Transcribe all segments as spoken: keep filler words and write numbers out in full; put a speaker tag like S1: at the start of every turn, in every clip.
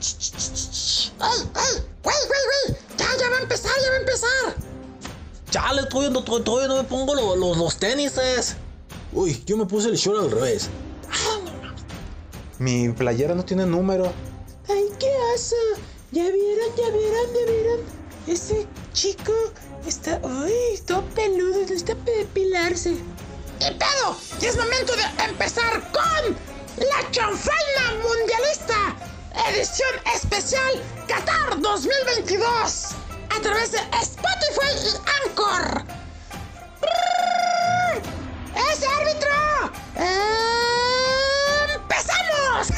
S1: ¡Ey, ey! ¡Güey, güey, güey! ¡Ya, ya va a empezar, ya va a empezar!
S2: Chale, todavía no, todavía no me pongo los, los, los tenises. Uy, yo me puse el short al revés. Mi playera no tiene número.
S3: ¡Ay, qué oso! Ya vieron, ya vieron, ya vieron. Ese chico está... ¡Uy! Todo peludo, necesita depilarse.
S1: ¡Qué pedo! ¡Ya es momento de empezar con la chanfaina mundialista! Edición especial Qatar dos mil veintidós a través de Spotify y Anchor. ¡Ese árbitro! ¡Empezamos!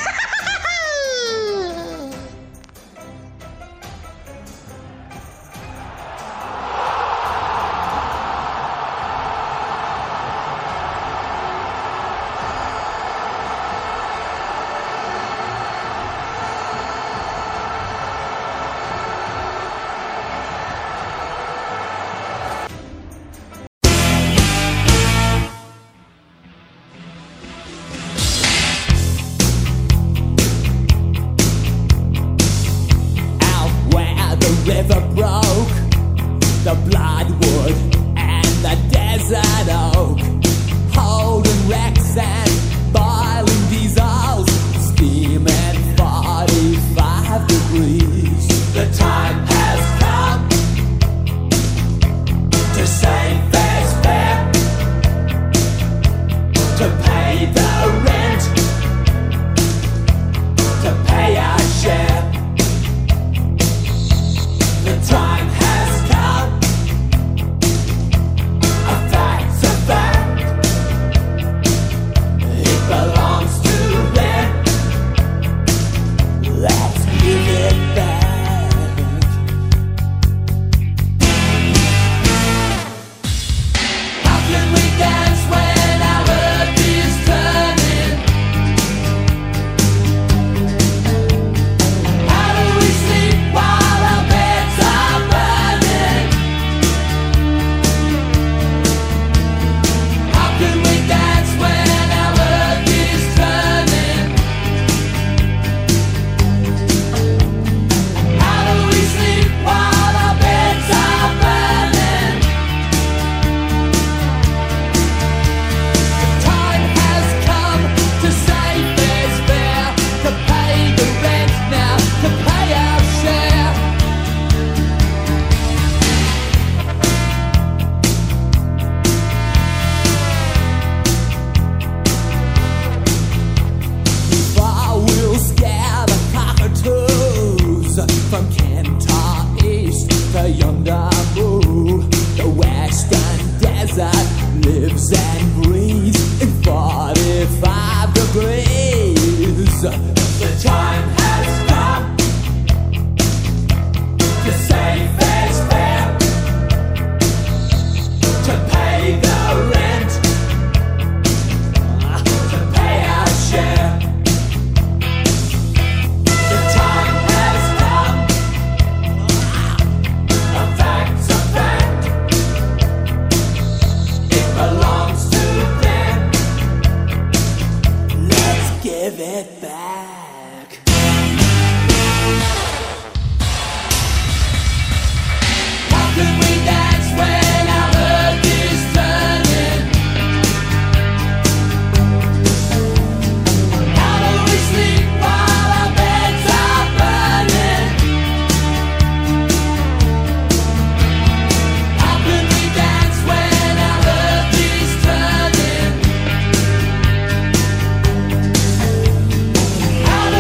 S4: River broke, the bloodwood and the desert oak, holding wrecks and boiling diesels, steaming forty-five degrees. The time has come to save fair's fair, to pay the rent, to pay our share. The time has come. A fact's a fact. It belongs to them. Let's give it back. How can we dance when our earth is turning? How do we sleep while our beds are burning? How can we dance when our earth is turning? How do we sleep while our beds are burning? The time has come to save fair's fair, to pay the rent now, to pay our share. Before we'll scare the cockatoos from Kentar East to Yondamu, the western desert lives and breathes in forty-five degrees. The time has come to save fair's fair, to pay the rent, to pay our share. The time has come. A fact's a fact. It belongs to them. Let's give it back. How can we dance when our earth is turning? How do we sleep while our beds are burning? How can we dance when our earth is turning? How do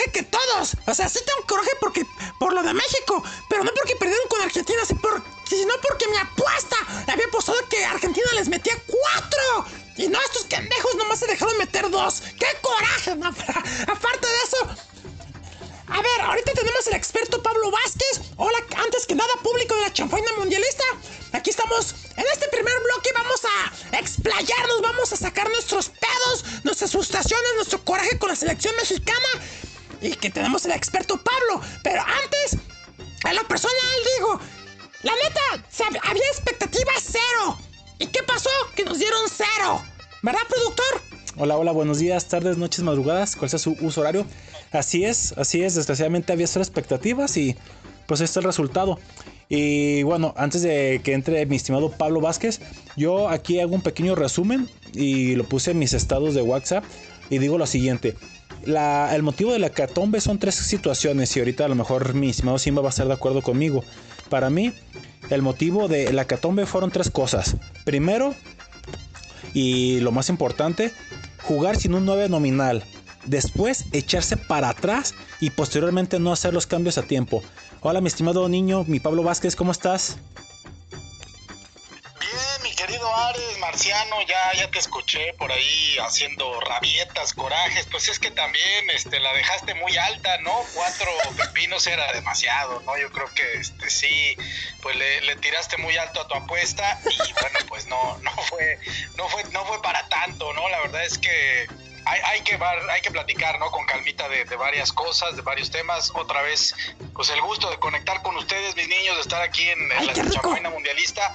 S1: coraje que todos. O sea, sí tengo coraje porque por lo de México, pero no porque perdieron con Argentina, sino porque mi apuesta había apostado que Argentina les metía cuatro. Y no, estos pendejos nomás se dejaron meter dos. ¡Qué coraje! ¿No? Aparte de eso, a ver, ahorita tenemos el experto Pablo Vázquez. Hola, antes que nada, público de la chanfaina mundialista. Aquí estamos en este primer bloque. Vamos a explayarnos, vamos a sacar nuestros pedos, nuestras frustraciones, nuestro coraje con la selección mexicana. Y que tenemos el experto Pablo. Pero antes, en lo personal digo, la neta, había expectativa cero. ¿Y qué pasó? Que nos dieron cero. ¿Verdad, productor?
S2: Hola, hola, buenos días, tardes, noches, madrugadas. ¿Cuál sea su uso horario? Así es, así es. Desgraciadamente había cero expectativas y pues este es el resultado. Y bueno, antes de que entre mi estimado Pablo Vázquez, yo aquí hago un pequeño resumen y lo puse en mis estados de WhatsApp y digo lo siguiente. La, el motivo de la hecatombe son tres situaciones y ahorita a lo mejor mi estimado Simba va a estar de acuerdo conmigo. Para mí, el motivo de la hecatombe fueron tres cosas. Primero, y lo más importante, jugar sin un nueve nominal. Después, echarse para atrás y posteriormente no hacer los cambios a tiempo. Hola, mi estimado niño, mi Pablo Vázquez, ¿cómo estás?
S5: Bien, mi querido Ares, Marciano, ya, ya te escuché por ahí haciendo rabietas, corajes. Pues es que también este, la dejaste muy alta, ¿no? Cuatro pepinos era demasiado, ¿no? Yo creo que este, sí, pues le, le tiraste muy alto a tu apuesta y bueno, pues no, no fue, no fue, no fue para tanto, ¿no? La verdad es que Hay, hay que hay que platicar, ¿no? Con calmita de, de varias cosas, de varios temas. Otra vez, pues el gusto de conectar con ustedes, mis niños, de estar aquí en, en la chanfaina mundialista.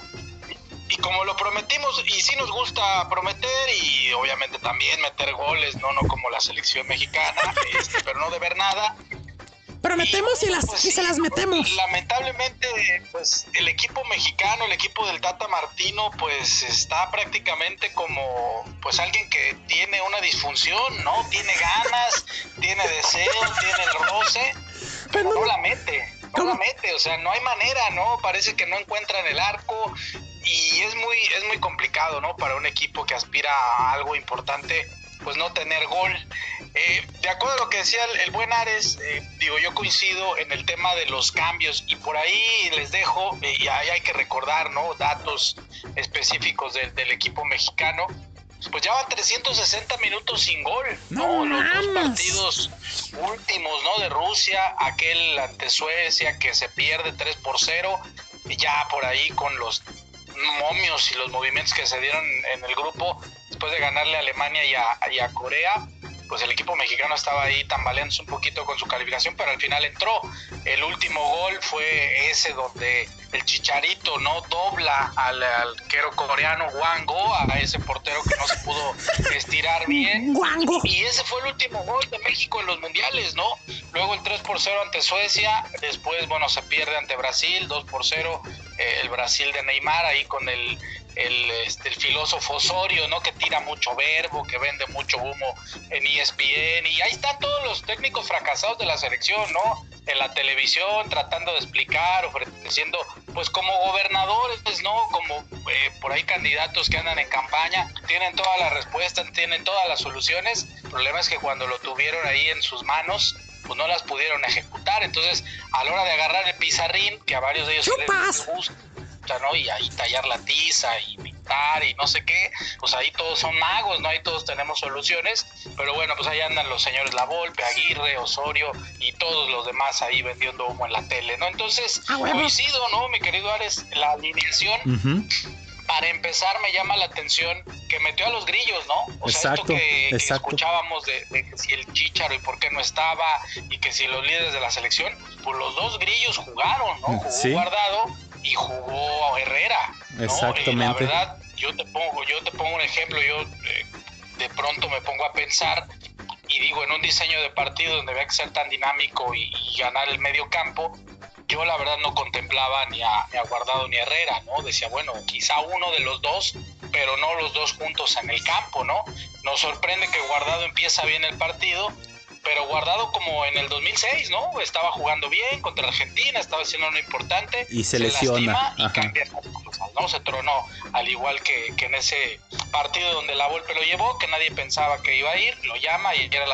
S5: Y como lo prometimos, y sí nos gusta prometer y obviamente también meter goles, no, no como la selección mexicana, este, pero no de ver nada.
S1: Prometemos y, y, las, pues, y se las metemos.
S5: Lamentablemente, pues el equipo mexicano, el equipo del Tata Martino, pues está prácticamente como pues alguien que tiene una disfunción, ¿no? Tiene ganas, tiene deseo, tiene el roce, pero no, no la mete, no ¿cómo? la mete, o sea, no hay manera, ¿no? Parece que no encuentran el arco y es muy, es muy complicado, ¿no? Para un equipo que aspira a algo importante, pues no tener gol. Eh, de acuerdo a lo que decía el, el buen Ares, eh, digo, yo coincido en el tema de los cambios y por ahí les dejo, eh, y ahí hay que recordar, ¿no? Datos específicos del, del equipo mexicano. Pues ya van trescientos sesenta minutos sin gol, ¿no?
S1: No,
S5: los dos partidos últimos, ¿no? De Rusia, aquel ante Suecia que se pierde tres por cero, y ya por ahí con los momios y los movimientos que se dieron en el grupo después de ganarle a Alemania y a, y a Corea, pues el equipo mexicano estaba ahí tambaleándose un poquito con su calificación, pero al final entró. El último gol fue ese donde el Chicharito, ¿no? Dobla al arquero coreano Hwang Go, a ese portero que no se pudo estirar bien. Y, y ese fue el último gol de México en los mundiales, ¿no? Luego el tres por cero ante Suecia, después, bueno, se pierde ante Brasil, dos por cero, eh, el Brasil de Neymar ahí con el El, este, el filósofo Osorio, ¿no? Que tira mucho verbo, que vende mucho humo en E S P N, y ahí están todos los técnicos fracasados de la selección, ¿no? En la televisión, tratando de explicar, ofreciendo, pues como gobernadores, ¿no? Como eh, por ahí candidatos que andan en campaña, tienen todas las respuestas, tienen todas las soluciones. El problema es que cuando lo tuvieron ahí en sus manos, pues no las pudieron ejecutar. Entonces, a la hora de agarrar el pizarrín, que a varios de ellos les gusta, ¿no? Y ahí tallar la tiza y pintar y no sé qué, pues ahí todos son magos, ¿no? Ahí todos tenemos soluciones, pero bueno, pues ahí andan los señores La Volpe, Aguirre, Osorio y todos los demás ahí vendiendo humo en la tele, ¿no? Entonces, ah, bueno. coincido, ¿no, mi querido Ares? La alineación, uh-huh. Para empezar, me llama la atención que metió a los grillos, ¿no? O sea, exacto, esto que, que escuchábamos de, de que si el Chícharo y por qué no estaba, y que si los líderes de la selección, pues los dos grillos jugaron, ¿no? Jugó ¿sí? Guardado y jugó Herrera, ¿no?
S2: Exactamente.
S5: Eh, la verdad, yo te pongo, yo te pongo un ejemplo, yo eh, de pronto me pongo a pensar y digo, en un diseño de partido donde había que ser tan dinámico y, y ganar el medio campo, yo la verdad no contemplaba ni a, ni a Guardado ni a Herrera, ¿no? Decía, bueno, quizá uno de los dos, pero no los dos juntos en el campo, ¿no? Nos sorprende que Guardado empieza bien el partido, pero Guardado como en el dos mil seis, ¿no? Estaba jugando bien contra Argentina, estaba haciendo lo importante.
S2: Y se, se lesiona.
S5: Y cambia las cosas, ¿no? Se tronó, al igual que, que en ese partido donde La Volpe lo llevó, que nadie pensaba que iba a ir, lo llama y era la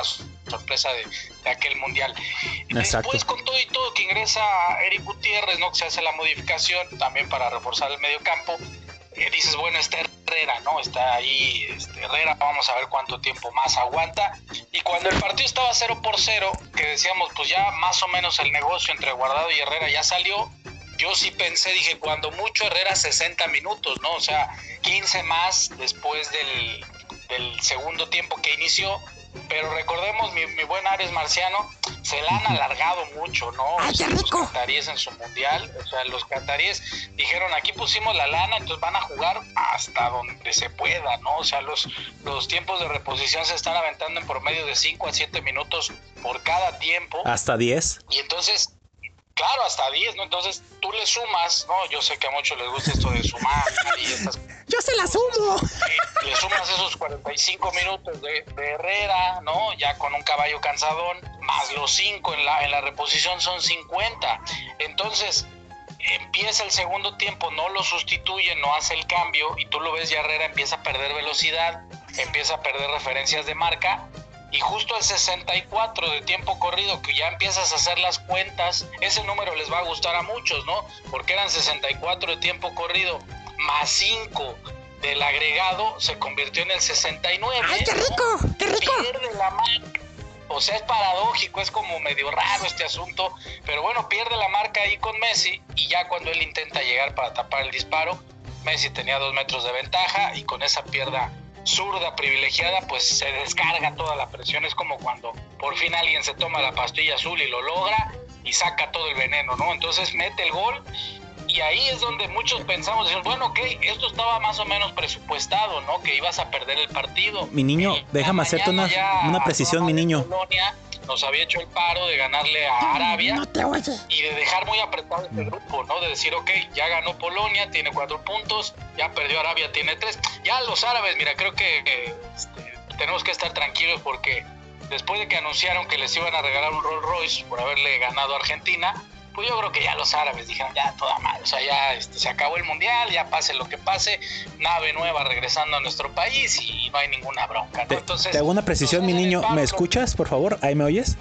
S5: sorpresa de, de aquel mundial.
S2: Exacto.
S5: Después, con todo y todo, que ingresa Eric Gutiérrez, ¿no? Que se hace la modificación también para reforzar el medio campo. Eh, dices, bueno, está Herrera, ¿no? Está ahí este, Herrera, vamos a ver cuánto tiempo más aguanta. Y cuando el partido estaba cero por cero, que decíamos, pues ya más o menos el negocio entre Guardado y Herrera ya salió, yo sí pensé, dije, cuando mucho Herrera sesenta minutos, ¿no? O sea, quince más después del, del segundo tiempo que inició. Pero recordemos, mi, mi buen Ares Marciano, se la han alargado mucho, ¿no?
S1: ¡Ay, qué
S5: Los
S1: rico!
S5: cataríes en su mundial, o sea, los cataríes dijeron, aquí pusimos la lana, entonces van a jugar hasta donde se pueda, ¿no? O sea, los, los tiempos de reposición se están aventando en promedio de cinco a siete minutos por cada tiempo.
S2: Hasta diez.
S5: Y entonces, claro, hasta diez, ¿no? Entonces tú le sumas, ¿no? Yo sé que a muchos les gusta esto de sumar y estas
S1: ¡Yo se la sumo!
S5: eh, le sumas esos cuarenta y cinco minutos de, de Herrera, ¿no? Ya con un caballo cansadón, más los cinco en la, en la reposición son cincuenta. Entonces, empieza el segundo tiempo, no lo sustituye, no hace el cambio, y tú lo ves, ya Herrera empieza a perder velocidad, empieza a perder referencias de marca, y justo el sesenta y cuatro de tiempo corrido, que ya empiezas a hacer las cuentas, ese número les va a gustar a muchos, ¿no? Porque eran sesenta y cuatro de tiempo corrido, más cinco del agregado, se convirtió en el sesenta y nueve.
S1: ¡Ay, qué rico! ¡Qué rico!
S5: Pierde la marca. O sea, es paradójico, es como medio raro este asunto, pero bueno, pierde la marca ahí con Messi, y ya cuando él intenta llegar para tapar el disparo, Messi tenía dos metros de ventaja, y con esa pierda zurda privilegiada, pues se descarga toda la presión. Es como cuando por fin alguien se toma la pastilla azul y lo logra, y saca todo el veneno, ¿no? Entonces mete el gol, y ahí es donde muchos pensamos, decimos, bueno, ok, esto estaba más o menos presupuestado, ¿no? Que ibas a perder el partido.
S2: Mi niño,
S5: Y
S2: déjame
S5: la
S2: hacerte
S5: mañana
S2: una,
S5: ya
S2: una precisión, mi niño.
S5: Polonia nos había hecho el paro de ganarle a Arabia
S1: No te oye.
S5: y de dejar muy apretado este grupo, ¿no? De decir, ok, ya ganó Polonia, tiene cuatro puntos, ya perdió Arabia, tiene tres. Ya los árabes, mira, creo que eh, este, tenemos que estar tranquilos, porque después de que anunciaron que les iban a regalar un Rolls Royce por haberle ganado a Argentina, pues yo creo que ya los árabes dijeron, ya toda mal, o sea, ya este, se acabó el mundial, ya pase lo que pase, nave nueva regresando a nuestro país y no hay ninguna bronca, ¿no?
S2: Te,
S5: Entonces,
S2: te hago una precisión, mi niño. ¿Me escuchas, por favor? ¿Ahí me oyes?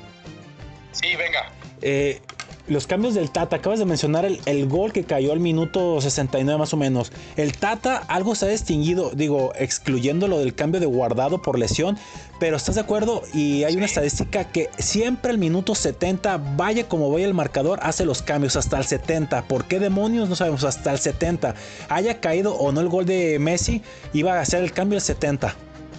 S5: Sí, venga.
S2: Eh, los cambios del Tata, acabas de mencionar el, el gol que cayó al minuto sesenta y nueve más o menos. El Tata algo se ha distinguido, digo, excluyendo lo del cambio de Guardado por lesión, pero ¿estás de acuerdo? Y hay
S5: Sí.
S2: una estadística que siempre al minuto setenta, vaya como vaya el marcador, hace los cambios hasta el setenta. ¿Por qué demonios? No sabemos, hasta el setenta. Haya caído o no el gol de Messi, iba a hacer el cambio al setenta.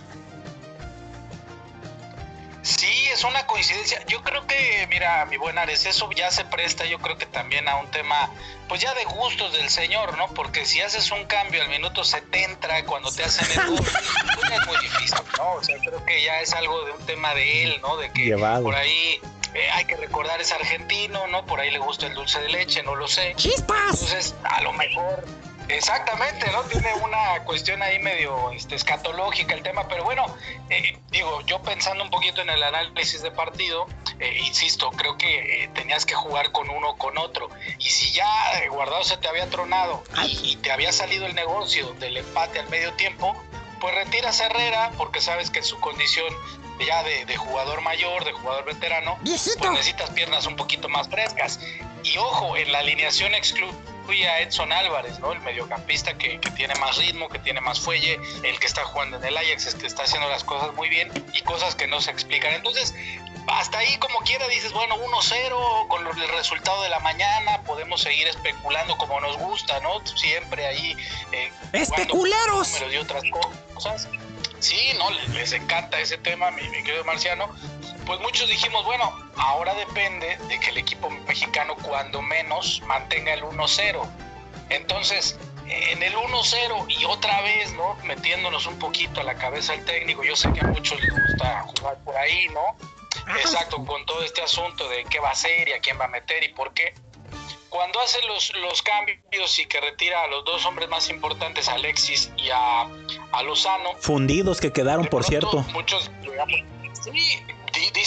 S5: Sí, es una coincidencia. Yo creo que, mira, mi buen Ares, eso ya se presta, yo creo que también a un tema, pues ya de gustos del señor, ¿no? Porque si haces un cambio al minuto setenta, cuando te hacen el gol, pues es muy difícil, ¿no? O sea, creo que ya es algo de un tema de él, ¿no? De que
S2: Llevado.
S5: por ahí eh, hay que recordar, es argentino, ¿no? Por ahí le gusta el dulce de leche, no lo sé.
S1: ¡Chispas!
S5: Entonces, a lo mejor, exactamente, ¿no? Tiene una cuestión ahí medio este, escatológica el tema, pero bueno, eh, digo, yo pensando un poquito en el análisis de partido, eh, insisto, creo que eh, tenías que jugar con uno o con otro, y si ya eh, Guardado se te había tronado y, y te había salido el negocio del empate al medio tiempo, pues retiras a Herrera, porque sabes que en su condición ya de, de jugador mayor, de jugador veterano,
S1: ¡Viejito!
S5: pues necesitas piernas un poquito más frescas. Y ojo, en la alineación excluye a Edson Álvarez, ¿no? El mediocampista que, que tiene más ritmo, que tiene más fuelle, el que está jugando en el Ajax, es que está haciendo las cosas muy bien y cosas que no se explican. Entonces, hasta ahí como quiera dices, bueno, uno cero con el resultado de la mañana, podemos seguir especulando como nos gusta, ¿no? Siempre ahí eh,
S1: ¡Especuleros!
S5: números y otras cosas. Sí, no, les, les encanta ese tema, mi, mi querido Marciano. Pues muchos dijimos, bueno, ahora depende de que el equipo mexicano cuando menos mantenga el uno cero. Entonces, en el uno cero y otra vez, ¿no? Metiéndonos un poquito a la cabeza del técnico, yo sé que a muchos les gusta jugar por ahí, ¿no? Exacto, con todo este asunto de qué va a hacer y a quién va a meter y por qué. Cuando hace los, los cambios y que retira a los dos hombres más importantes, a Alexis y a, a Lozano.
S2: Fundidos que quedaron, por
S5: pronto,
S2: cierto.
S5: Muchos, digamos, sí, di, di,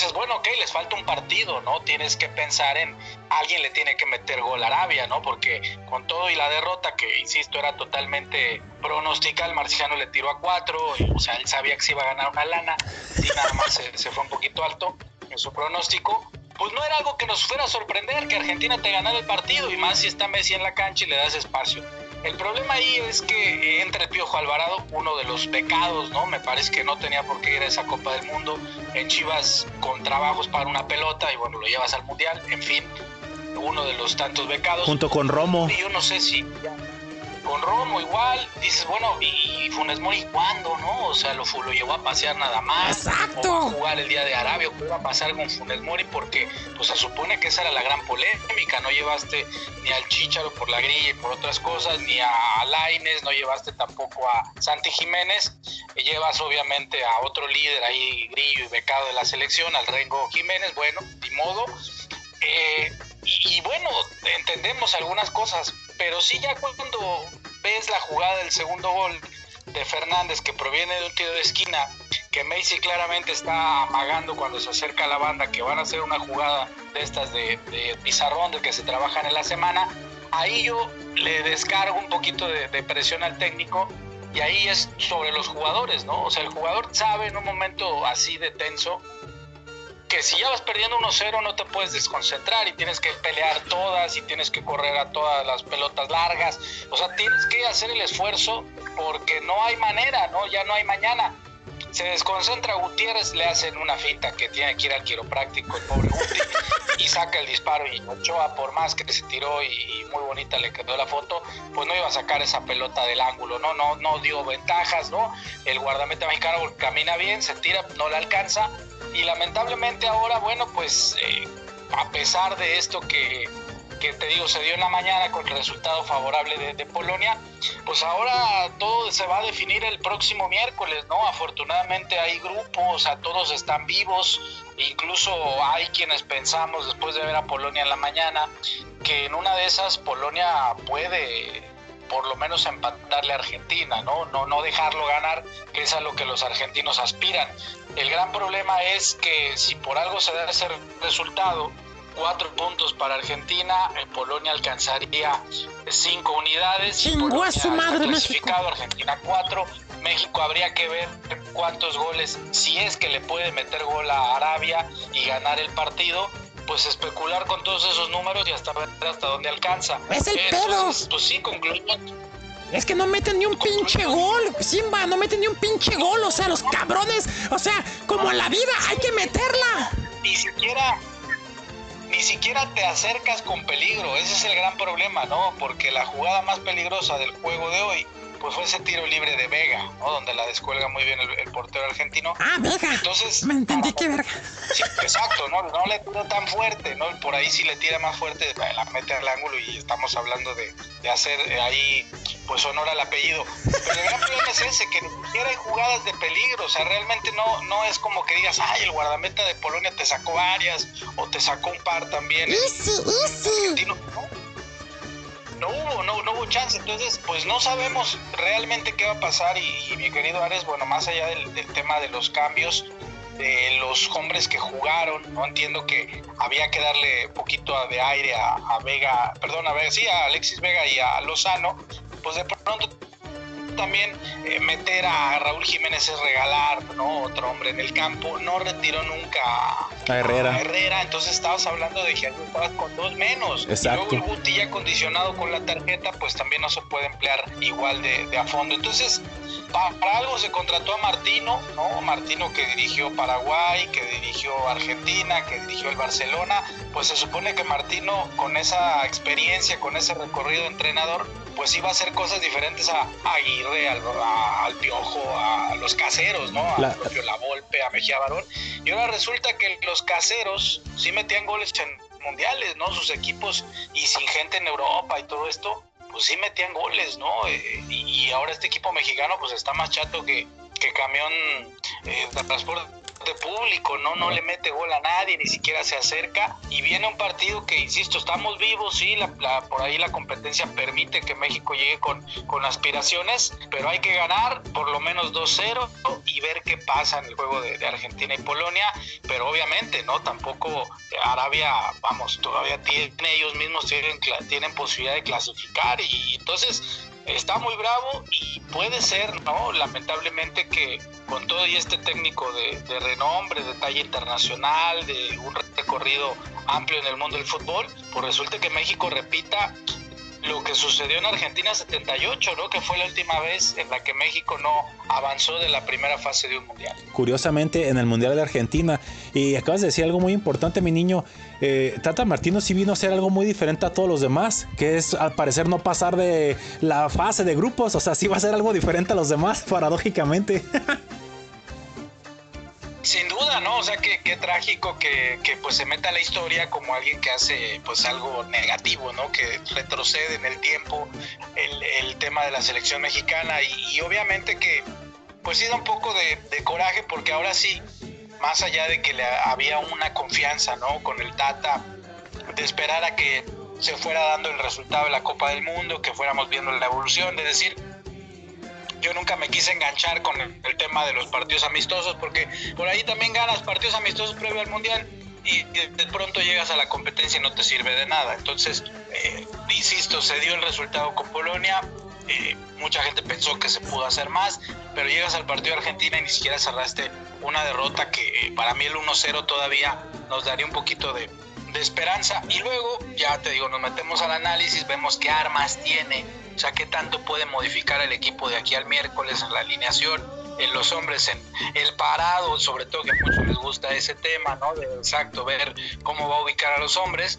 S5: dices, bueno, ok, les falta un partido, ¿no? Tienes que pensar en alguien le tiene que meter gol a Arabia, ¿no? Porque con todo y la derrota, que insisto, era totalmente pronóstica, el marciano le tiró a cuatro, y, o sea, él sabía que se iba a ganar una lana, y nada más se, se fue un poquito alto en su pronóstico. Pues no era algo que nos fuera a sorprender, que Argentina te ganara el partido, y más si está Messi en la cancha y le das espacio. El problema ahí es que entra el Piojo Alvarado, uno de los pecados, ¿no? Me parece que no tenía por qué ir a esa Copa del Mundo. En Chivas con trabajos para una pelota y bueno, lo llevas al Mundial. En fin, uno de los tantos becados.
S2: Junto con Romo.
S5: Y yo no sé si... Con Romo igual, dices, bueno, y Funes Mori, ¿cuándo, no? O sea, lo, lo llevó a pasear nada más.
S3: ¡Exacto!
S5: O va a jugar el día de Arabia, o qué va a pasar con Funes Mori, porque pues se supone que esa era la gran polémica. No llevaste ni al Chícharo por la grilla y por otras cosas, ni a Lainez, no llevaste tampoco a Santi Jiménez. Y llevas obviamente a otro líder ahí, grillo y becado de la selección, al Rengo Jiménez. Bueno, ni modo. Eh, y, y bueno, entendemos algunas cosas, pero sí ya cuando ves la jugada del segundo gol de Fernández, que proviene de un tiro de esquina, que Messi claramente está amagando cuando se acerca a la banda, que van a hacer una jugada de estas de, de pizarrón, de que se trabajan en la semana, ahí yo le descargo un poquito de, de presión al técnico, y ahí es sobre los jugadores, ¿no? O sea, el jugador sabe en un momento así de tenso que si ya vas perdiendo uno cero no te puedes desconcentrar y tienes que pelear todas y tienes que correr a todas las pelotas largas. O sea, tienes que hacer el esfuerzo porque no hay manera, ¿no? Ya no hay mañana. Se desconcentra Gutiérrez, le hacen una finta que tiene que ir al quiropráctico el pobre Guti y saca el disparo, y Ochoa, por más que se tiró y, y muy bonita le quedó la foto, pues no iba a sacar esa pelota del ángulo, no no no dio ventajas, ¿no? El guardameta mexicano camina bien, se tira, no la alcanza, y lamentablemente ahora, bueno, pues eh, a pesar de esto que que te digo, se dio en la mañana con el resultado favorable de, de Polonia, pues ahora todo se va a definir el próximo miércoles, ¿no? Afortunadamente hay grupos, o sea, todos están vivos, incluso hay quienes pensamos, después de ver a Polonia en la mañana, que en una de esas Polonia puede por lo menos empatarle a Argentina, ¿no? No, no dejarlo ganar, que es a lo que los argentinos aspiran. El gran problema es que si por algo se da ese resultado, cuatro puntos para Argentina, en Polonia alcanzaría cinco unidades.
S3: ¡Chingó a su madre,
S5: clasificado, Argentina cuatro. México habría que ver cuántos goles, si es que le puede meter gol a Arabia y ganar el partido, pues especular con todos esos números y hasta ver hasta dónde alcanza.
S3: ¡Es el
S5: Entonces,
S3: pedo!
S5: pues sí, concluimos.
S3: Es que no meten ni un pinche gol, Simba, no meten ni un pinche gol, o sea, los cabrones, o sea, como en la vida, hay que meterla.
S5: Ni siquiera... Ni siquiera te acercas con peligro, ese es el gran problema, ¿no? Porque la jugada más peligrosa del juego de hoy, pues fue ese tiro libre de Vega, ¿no? Donde la descuelga muy bien el, el portero argentino.
S3: Ah, Vega.
S5: Entonces,
S3: me entendí que verga.
S5: Sí, exacto, no, no le tira tan fuerte, ¿no? Por ahí sí le tira más fuerte, la mete al ángulo y estamos hablando de, de hacer ahí, pues, honor al apellido. Pero el gran problema es ese, que ni siquiera hay jugadas de peligro, o sea, realmente no, no es como que digas, ay, el guardameta de Polonia te sacó varias, o te sacó un par también.
S3: Easy, easy.
S5: No, no hubo, no, no hubo chance, entonces, pues no sabemos realmente qué va a pasar, y, y mi querido Ares, bueno, más allá del, del tema de los cambios, de los hombres que jugaron, no entiendo que había que darle un poquito de aire a, a Vega, perdón, a Vega, sí, a Alexis Vega y a Lozano, pues de pronto también eh, meter a Raúl Jiménez es regalar, ¿no? Otro hombre en el campo, no retiró nunca a,
S2: a Herrera.
S5: a Herrera, entonces estabas hablando de que estabas con dos menos.
S2: Exacto.
S5: Y luego el Guti ya condicionado con la tarjeta, pues también no se puede emplear igual de, de a fondo. Entonces, para, para algo se contrató a Martino, ¿no? Martino, que dirigió Paraguay, que dirigió Argentina, que dirigió el Barcelona, pues se supone que Martino, con esa experiencia, con ese recorrido de entrenador, pues iba a hacer cosas diferentes a, a Aguirre, al, a, al Piojo, a, a los caseros, ¿no? A
S2: La...
S5: propio La Volpe, a Mejía Barón. Y ahora resulta que los caseros sí metían goles en mundiales, ¿no? Sus equipos, y sin gente en Europa y todo esto, pues sí metían goles, ¿no? Eh, y, y ahora este equipo mexicano pues está más chato que, que camión eh, de transporte de público, no no le mete gol a nadie, ni siquiera se acerca, y viene un partido que, insisto, estamos vivos, sí, la, la, por ahí la competencia permite que México llegue con, con aspiraciones, pero hay que ganar por lo menos dos cero y ver qué pasa en el juego de, de Argentina y Polonia, pero obviamente, ¿no? Tampoco Arabia, vamos, todavía tiene, ellos mismos tienen, tienen posibilidad de clasificar, y entonces está muy bravo, y puede ser, ¿no? Lamentablemente que con todo y este técnico de, de renombre, de talla internacional, de un recorrido amplio en el mundo del fútbol, pues resulta que México repita lo que sucedió en Argentina setenta y ocho, ¿no? Que fue la última vez en la que México no avanzó de la primera fase de un mundial.
S2: Curiosamente, en el Mundial de Argentina, y acabas de decir algo muy importante, mi niño, eh, Tata Martino sí vino a hacer algo muy diferente a todos los demás, que es al parecer no pasar de la fase de grupos, o sea, sí va a ser algo diferente a los demás, paradójicamente.
S5: Sin duda, ¿no? O sea, que qué trágico que, que pues se meta a la historia como alguien que hace pues algo negativo, ¿no? Que retrocede en el tiempo el, el tema de la selección mexicana, y, y obviamente que pues sí da un poco de, de coraje, porque ahora sí, más allá de que le había una confianza, ¿no? Con el Tata, de esperar a que se fuera dando el resultado de la Copa del Mundo, que fuéramos viendo la evolución, de decir, yo nunca me quise enganchar con el, el tema de los partidos amistosos, porque por ahí también ganas partidos amistosos previo al Mundial y de pronto llegas a la competencia y no te sirve de nada. Entonces, eh, insisto, se dio el resultado con Polonia, eh, mucha gente pensó que se pudo hacer más, pero llegas al partido de Argentina y ni siquiera cerraste una derrota que eh, para mí el uno cero todavía nos daría un poquito de, de esperanza. Y luego, ya te digo, nos metemos al análisis, vemos qué armas tiene, o sea, qué tanto puede modificar el equipo de aquí al miércoles en la alineación, en los hombres, en el parado, sobre todo, que a muchos les gusta ese tema, ¿no? De exacto, ver cómo va a ubicar a los hombres.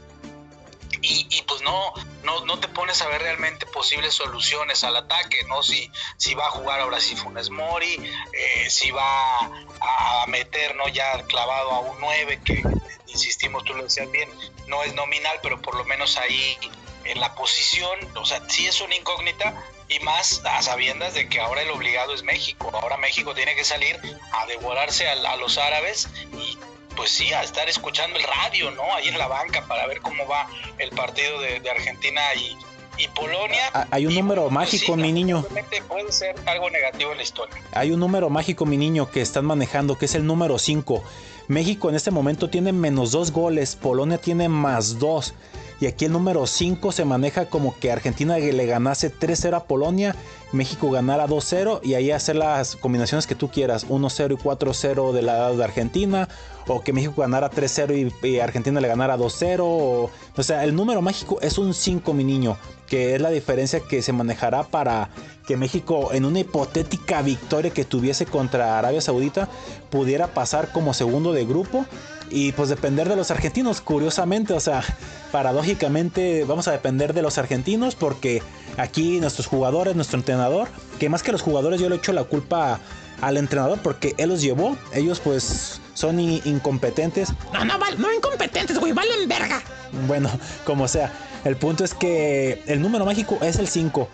S5: Y, y pues no, no, no te pones a ver realmente posibles soluciones al ataque, ¿no? Si, si va a jugar ahora sí Funes Mori, eh, si va a meter, ¿no? Ya clavado a un nueve, que insistimos, tú lo decías bien, no es nominal, pero por lo menos ahí en la posición, o sea, sí es una incógnita, y más a sabiendas de que ahora el obligado es México. Ahora México tiene que salir a devorarse a, a los árabes, y pues sí, a estar escuchando el radio, ¿no? Ahí en la banca para ver cómo va el partido de, de Argentina y, y Polonia.
S2: Hay un
S5: y,
S2: número
S5: pues,
S2: mágico,
S5: sí,
S2: mi niño.
S5: Puede ser algo negativo en la historia.
S2: Hay un número mágico, mi niño, que están manejando, que es el número cinco. México en este momento tiene menos dos goles, Polonia tiene más dos. Y aquí el número cinco se maneja como que Argentina le ganase tres cero a Polonia, México ganara dos cero, y ahí hacer las combinaciones que tú quieras, uno cero y cuatro cero del lado de Argentina, o que México ganara tres cero y, y Argentina le ganara dos cero. O, o sea, el número mágico es un cinco, mi niño, que es la diferencia que se manejará para que México, en una hipotética victoria que tuviese contra Arabia Saudita, pudiera pasar como segundo de grupo. Y pues depender de los argentinos, curiosamente, o sea, paradójicamente vamos a depender de los argentinos, porque aquí nuestros jugadores, nuestro entrenador, que más que los jugadores yo le echo la culpa al entrenador, porque él los llevó, ellos pues son i- incompetentes.
S1: No, no, val- no incompetentes, güey, valen verga.
S2: Bueno, como sea, el punto es que el número mágico es el cinco.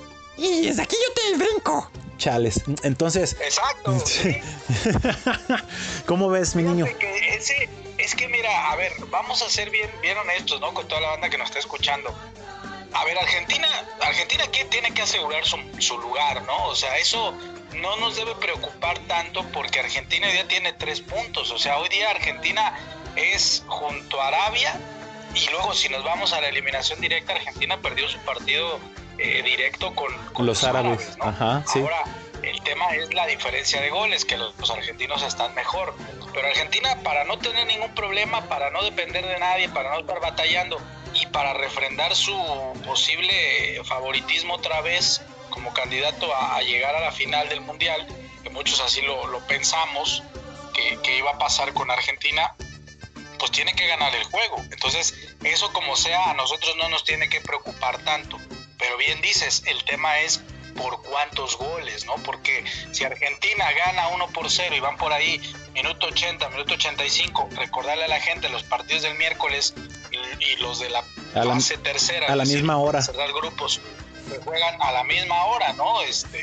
S1: Y desde aquí yo te brinco.
S2: Chales, entonces...
S5: Exacto. Sí.
S2: ¿Cómo ves, mi niño?
S5: Que ese, es que mira, a ver, vamos a ser bien, bien honestos, ¿no? Con toda la banda que nos está escuchando. A ver, Argentina, Argentina ¿qué tiene que asegurar su, su lugar, ¿no? O sea, eso no nos debe preocupar tanto, porque Argentina hoy día tiene tres puntos. O sea, hoy día Argentina es junto a Arabia, y luego si nos vamos a la eliminación directa, Argentina perdió su partido eh, directo con, con
S2: los, los árabes, árabes, ¿no? Ajá, sí.
S5: Ahora, el tema es la diferencia de goles, que los, los argentinos están mejor. Pero Argentina, para no tener ningún problema, para no depender de nadie, para no estar batallando y para refrendar su posible favoritismo otra vez como candidato a, a llegar a la final del Mundial, que muchos así lo, lo pensamos, que, que iba a pasar con Argentina, pues tiene que ganar el juego. Entonces, eso como sea, a nosotros no nos tiene que preocupar tanto. Pero bien dices, el tema es por cuántos goles, ¿no? Porque si Argentina gana uno por cero y van por ahí minuto ochenta, minuto ochenta y cinco, recordarle a la gente los partidos del miércoles y, y los de la fase tercera,
S2: a la misma hora,
S5: cerrar grupos, que juegan a la misma hora, ¿no? Este,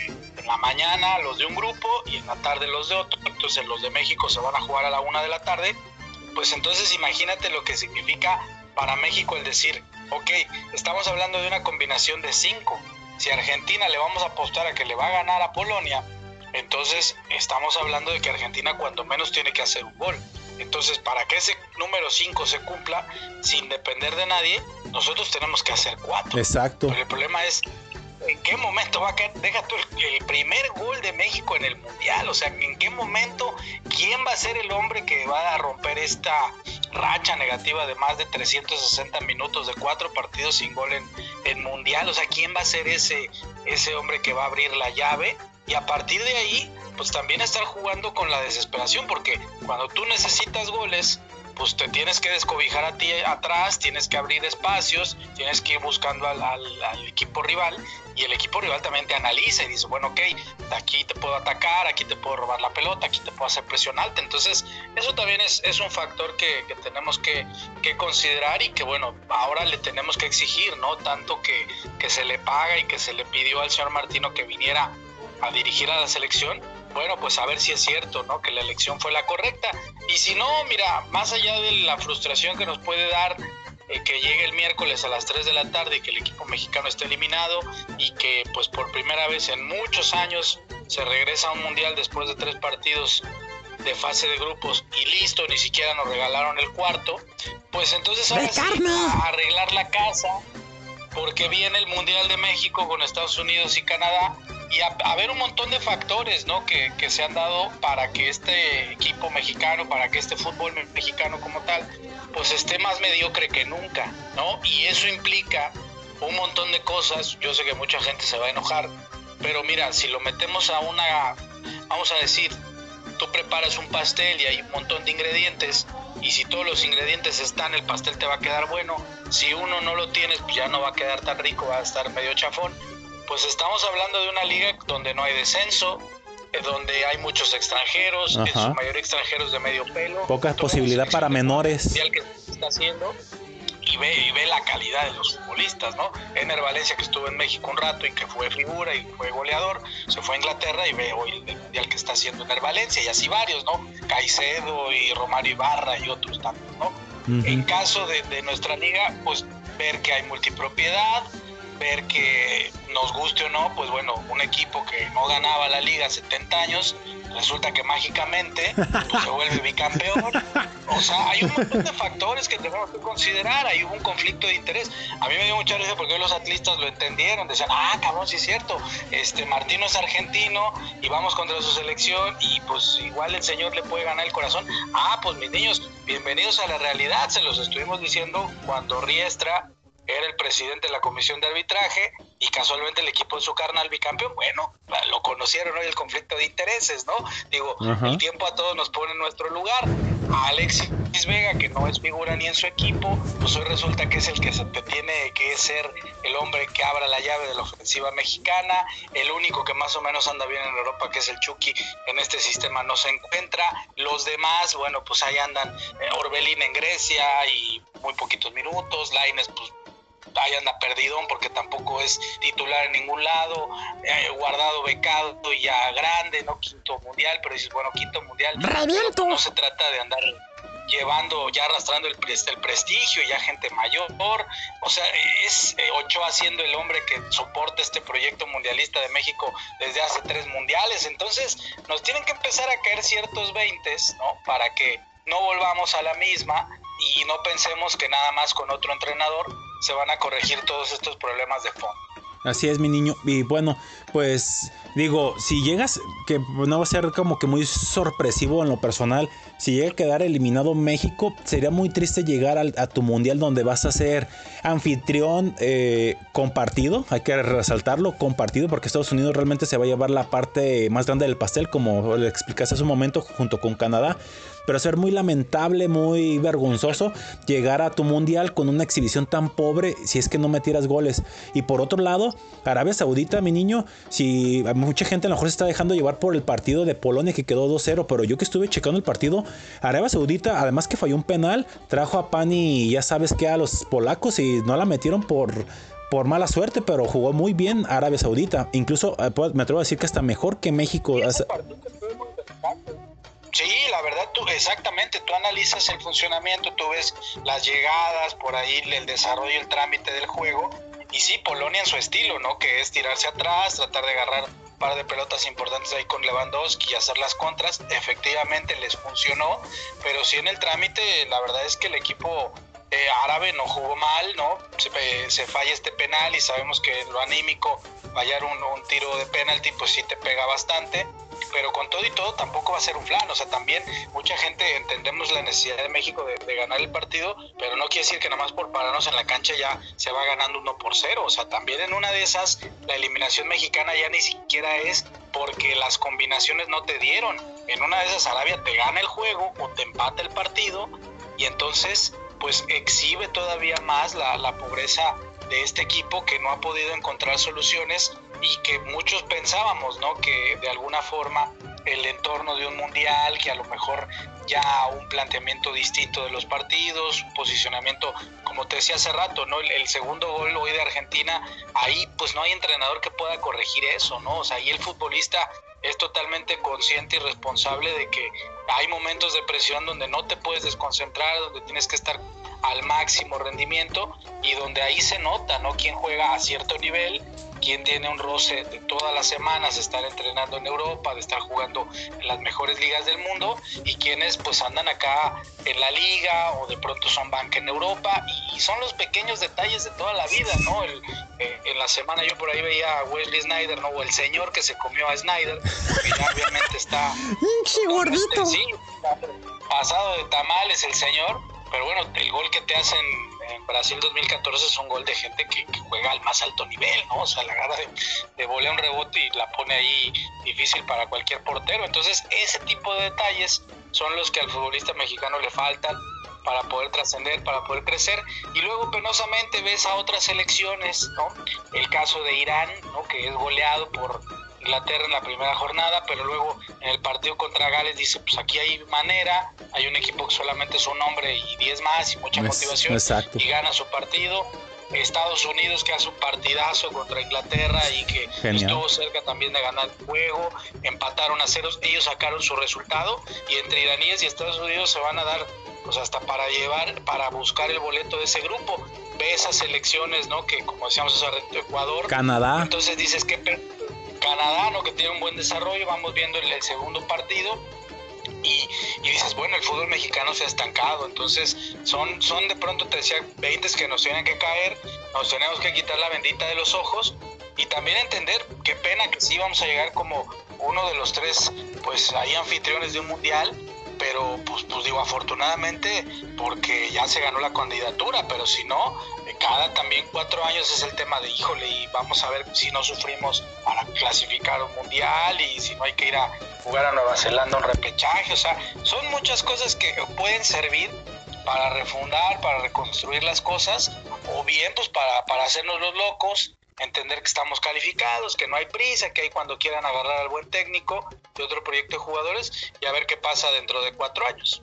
S5: en la mañana los de un grupo y en la tarde los de otro, entonces los de México se van a jugar a la una de la tarde, pues entonces imagínate lo que significa para México el decir, ok, estamos hablando de una combinación de cinco, si a Argentina le vamos a apostar a que le va a ganar a Polonia, entonces estamos hablando de que Argentina cuando menos tiene que hacer un gol. Entonces, para que ese número cinco se cumpla, sin depender de nadie, nosotros tenemos que hacer cuatro.
S2: Exacto.
S5: Pero el problema es, ¿en qué momento va a caer? Deja tú el, el primer gol de México en el Mundial. O sea, ¿en qué momento? ¿Quién va a ser el hombre que va a romper esta racha negativa de más de trescientos sesenta minutos de cuatro partidos sin gol en, en Mundial? O sea, ¿quién va a ser ese, ese hombre que va a abrir la llave? Y a partir de ahí, pues también estar jugando con la desesperación, porque cuando tú necesitas goles, pues te tienes que descobijar a ti atrás, tienes que abrir espacios, tienes que ir buscando al, al, al equipo rival, y el equipo rival también te analiza y dice, bueno, ok, aquí te puedo atacar, aquí te puedo robar la pelota, aquí te puedo hacer presión alta. Entonces eso también es, es un factor que, que tenemos que, que considerar y que bueno, ahora le tenemos que exigir, ¿no? Tanto que, que se le paga y que se le pidió al señor Martino que viniera a dirigir a la selección, bueno, pues a ver si es cierto, ¿no? Que la elección fue la correcta. Y si no, mira, más allá de la frustración que nos puede dar eh, que llegue el miércoles a las tres de la tarde y que el equipo mexicano esté eliminado y que pues por primera vez en muchos años se regresa a un mundial después de tres partidos de fase de grupos y listo, ni siquiera nos regalaron el cuarto, pues entonces ahora sí, a arreglar la casa, porque viene el Mundial de México con Estados Unidos y Canadá, y a, a ver un montón de factores, ¿no? que, que se han dado para que este equipo mexicano, para que este fútbol mexicano como tal, pues esté más mediocre que nunca, ¿no? Y eso implica un montón de cosas. Yo sé que mucha gente se va a enojar, pero mira, si lo metemos a una, vamos a decir, tú preparas un pastel y hay un montón de ingredientes, y si todos los ingredientes están, el pastel te va a quedar bueno. Si uno no lo tienes, pues ya no va a quedar tan rico, va a estar medio chafón. Pues estamos hablando de una liga donde no hay descenso, eh, donde hay muchos extranjeros, en su mayoría extranjeros de medio pelo.
S2: Poca posibilidad para menores.
S5: Que está haciendo, y ve, y ve la calidad de los futbolistas, ¿no? Ener Valencia, que estuvo en México un rato y que fue figura y fue goleador, se fue a Inglaterra y ve hoy el mundial que está haciendo Ener Valencia, y así varios, ¿no? Caicedo y Romario Ibarra y otros tantos, ¿no? Uh-huh. En caso de, de nuestra liga, pues ver que hay multipropiedad, ver que nos guste o no, pues bueno, un equipo que no ganaba la liga setenta años, resulta que mágicamente pues, se vuelve bicampeón. O sea, hay un montón de factores que tenemos que considerar. Ahí hubo un conflicto de interés. A mí me dio mucha risa porque los atlistas lo entendieron, decían, ah, cabrón, sí es cierto, este Martino es argentino y vamos contra su selección y pues igual el señor le puede ganar el corazón. Ah, pues mis niños, bienvenidos a la realidad, se los estuvimos diciendo cuando Riestra era el presidente de la comisión de arbitraje y casualmente el equipo de su carnal bicampeón, bueno, lo conocieron hoy, el conflicto de intereses, ¿no? Digo, uh-huh. El tiempo a todos nos pone en nuestro lugar. A Alexis Vega, que no es figura ni en su equipo, pues hoy resulta que es el que se te tiene que ser el hombre que abra la llave de la ofensiva mexicana. El único que más o menos anda bien en Europa, que es el Chucky, en este sistema no se encuentra. Los demás, bueno, pues ahí andan, eh, Orbelín en Grecia y muy poquitos minutos, Lainez, pues ahí anda perdidón porque tampoco es titular en ningún lado, eh, Guardado becado y ya grande, no quinto mundial, pero dices, bueno, quinto mundial,
S1: ¡reviento!
S5: No se trata de andar llevando, ya arrastrando el, el prestigio, ya gente mayor, o sea, es eh, Ochoa siendo el hombre que soporta este proyecto mundialista de México desde hace tres mundiales. Entonces nos tienen que empezar a caer ciertos veintes, ¿no? Para que no volvamos a la misma y no pensemos que nada más con otro entrenador se van a corregir todos estos problemas de fondo.
S2: Así es, mi niño. Y bueno, pues digo, si llegas, que no va a ser como que muy sorpresivo en lo personal, si llega a quedar eliminado México, sería muy triste llegar al, a tu mundial donde vas a ser anfitrión eh, compartido, hay que resaltarlo, compartido, porque Estados Unidos realmente se va a llevar la parte más grande del pastel, como le explicaste hace un momento, junto con Canadá. Pero ser muy lamentable, muy vergonzoso llegar a tu mundial con una exhibición tan pobre si es que no metieras goles. Y por otro lado, Arabia Saudita, mi niño, si mucha gente a lo mejor se está dejando llevar por el partido de Polonia que quedó dos cero, pero yo que estuve checando el partido, Arabia Saudita, además que falló un penal, trajo a Pani, ya sabes que a los polacos y no la metieron por... por mala suerte, pero jugó muy bien Arabia Saudita. Incluso eh, me atrevo a decir que hasta mejor que México.
S5: Sí, la verdad, tú exactamente, tú analizas el funcionamiento, tú ves las llegadas, por ahí el desarrollo, el trámite del juego, y sí, Polonia en su estilo, ¿no? Que es tirarse atrás, tratar de agarrar un par de pelotas importantes ahí con Lewandowski y hacer las contras. Efectivamente les funcionó, pero sí en el trámite, la verdad es que el equipo eh, árabe no jugó mal, ¿no? Se, se falla este penal y sabemos que en lo anímico, fallar un, un tiro de penalti, pues sí te pega bastante. Pero con todo y todo tampoco va a ser un flan, o sea, también mucha gente entendemos la necesidad de México de, de ganar el partido, pero no quiere decir que nada más por pararnos en la cancha ya se va ganando uno por cero, o sea, también en una de esas la eliminación mexicana ya ni siquiera es porque las combinaciones no te dieron, en una de esas Arabia te gana el juego o te empata el partido y entonces pues exhibe todavía más la, la pobreza de este equipo que no ha podido encontrar soluciones y que muchos pensábamos, ¿no? Que de alguna forma el entorno de un mundial, que a lo mejor ya un planteamiento distinto de los partidos, un posicionamiento, como te decía hace rato, ¿no? El, el segundo gol hoy de Argentina, ahí pues no hay entrenador que pueda corregir eso, ¿no? O sea, ahí el futbolista es totalmente consciente y responsable de que hay momentos de presión donde no te puedes desconcentrar, donde tienes que estar al máximo rendimiento y donde ahí se nota, ¿no? Quién juega a cierto nivel, quién tiene un roce de todas las semanas de estar entrenando en Europa, de estar jugando en las mejores ligas del mundo y quienes pues andan acá en la liga o de pronto son banca en Europa y son los pequeños detalles de toda la vida, ¿no? El, eh, en la semana yo por ahí veía a Wesley Sneijder, ¿no? O el señor que se comió a Sneijder, que ya obviamente está
S1: ¡pinche gordito!
S5: Sí, pasado de tamales el señor, pero bueno, el gol que te hacen en Brasil dos mil catorce es un gol de gente que, que juega al más alto nivel, ¿no? O sea, la agarra de, de volea un rebote y la pone ahí difícil para cualquier portero. Entonces, ese tipo de detalles son los que al futbolista mexicano le faltan para poder trascender, para poder crecer. Y luego, penosamente, ves a otras selecciones, ¿no? El caso de Irán, ¿no? Que es goleado por Inglaterra en la primera jornada, pero luego en el partido contra Gales dice, pues aquí hay manera, hay un equipo que solamente es un hombre y diez más y mucha
S2: Es,
S5: motivación,
S2: exacto.
S5: y gana su partido. Estados Unidos que hace un partidazo contra Inglaterra y que
S2: Genial.
S5: estuvo cerca también de ganar el juego, empataron a ceros, ellos sacaron su resultado y entre iraníes y Estados Unidos se van a dar pues hasta para llevar, para buscar el boleto de ese grupo. Ve esas selecciones, ¿no? Que como decíamos hace rato, Ecuador,
S2: Canadá.
S5: entonces dices que Canadá, ¿no? Que tiene un buen desarrollo, vamos viendo el, el segundo partido y, y dices, bueno, el fútbol mexicano se ha estancado, entonces son, son de pronto, te decía, veintes que nos tienen que caer, nos tenemos que quitar la bendita de los ojos y también entender, qué pena que sí vamos a llegar como uno de los tres, pues ahí anfitriones de un mundial, pero pues, pues digo, afortunadamente, porque ya se ganó la candidatura, pero si no, cada también cuatro años es el tema de, híjole, y vamos a ver si no sufrimos para clasificar un mundial y si no hay que ir a jugar a Nueva Zelanda un repechaje, o sea, son muchas cosas que pueden servir para refundar, para reconstruir las cosas, o bien pues para, para hacernos los locos, entender que estamos calificados, que no hay prisa, que hay cuando quieran agarrar al buen técnico de otro proyecto de jugadores y a ver qué pasa dentro de cuatro años.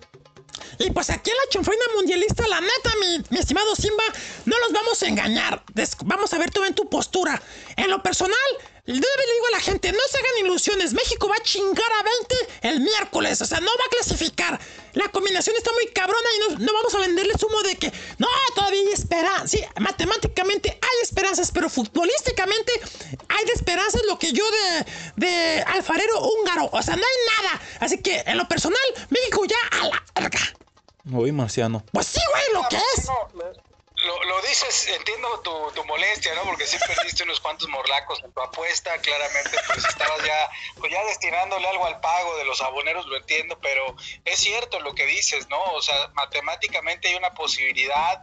S1: Y pues aquí en la chanfaina mundialista, la neta, mi, mi estimado Simba, no los vamos a engañar. Des- vamos a ver tú en tu postura. En lo personal, le digo a la gente, no se hagan ilusiones. México va a chingar a veinte el miércoles. O sea, no va a clasificar. La combinación está muy cabrona y no, no vamos a venderles humo de que no, todavía hay esperanza. Sí, matemáticamente hay esperanzas, pero futbolísticamente hay de esperanzas lo que yo de, de alfarero húngaro. O sea, no hay nada. Así que en lo personal, México ya a la verga.
S2: Uy, Marciano.
S1: Pues sí, güey, lo que es.
S5: Lo, lo dices, entiendo tu, tu molestia, ¿no? Porque sí perdiste unos cuantos morlacos en tu apuesta, claramente pues estabas ya, pues ya destinándole algo al pago de los aboneros, lo entiendo, pero es cierto lo que dices, ¿no? O sea, matemáticamente hay una posibilidad,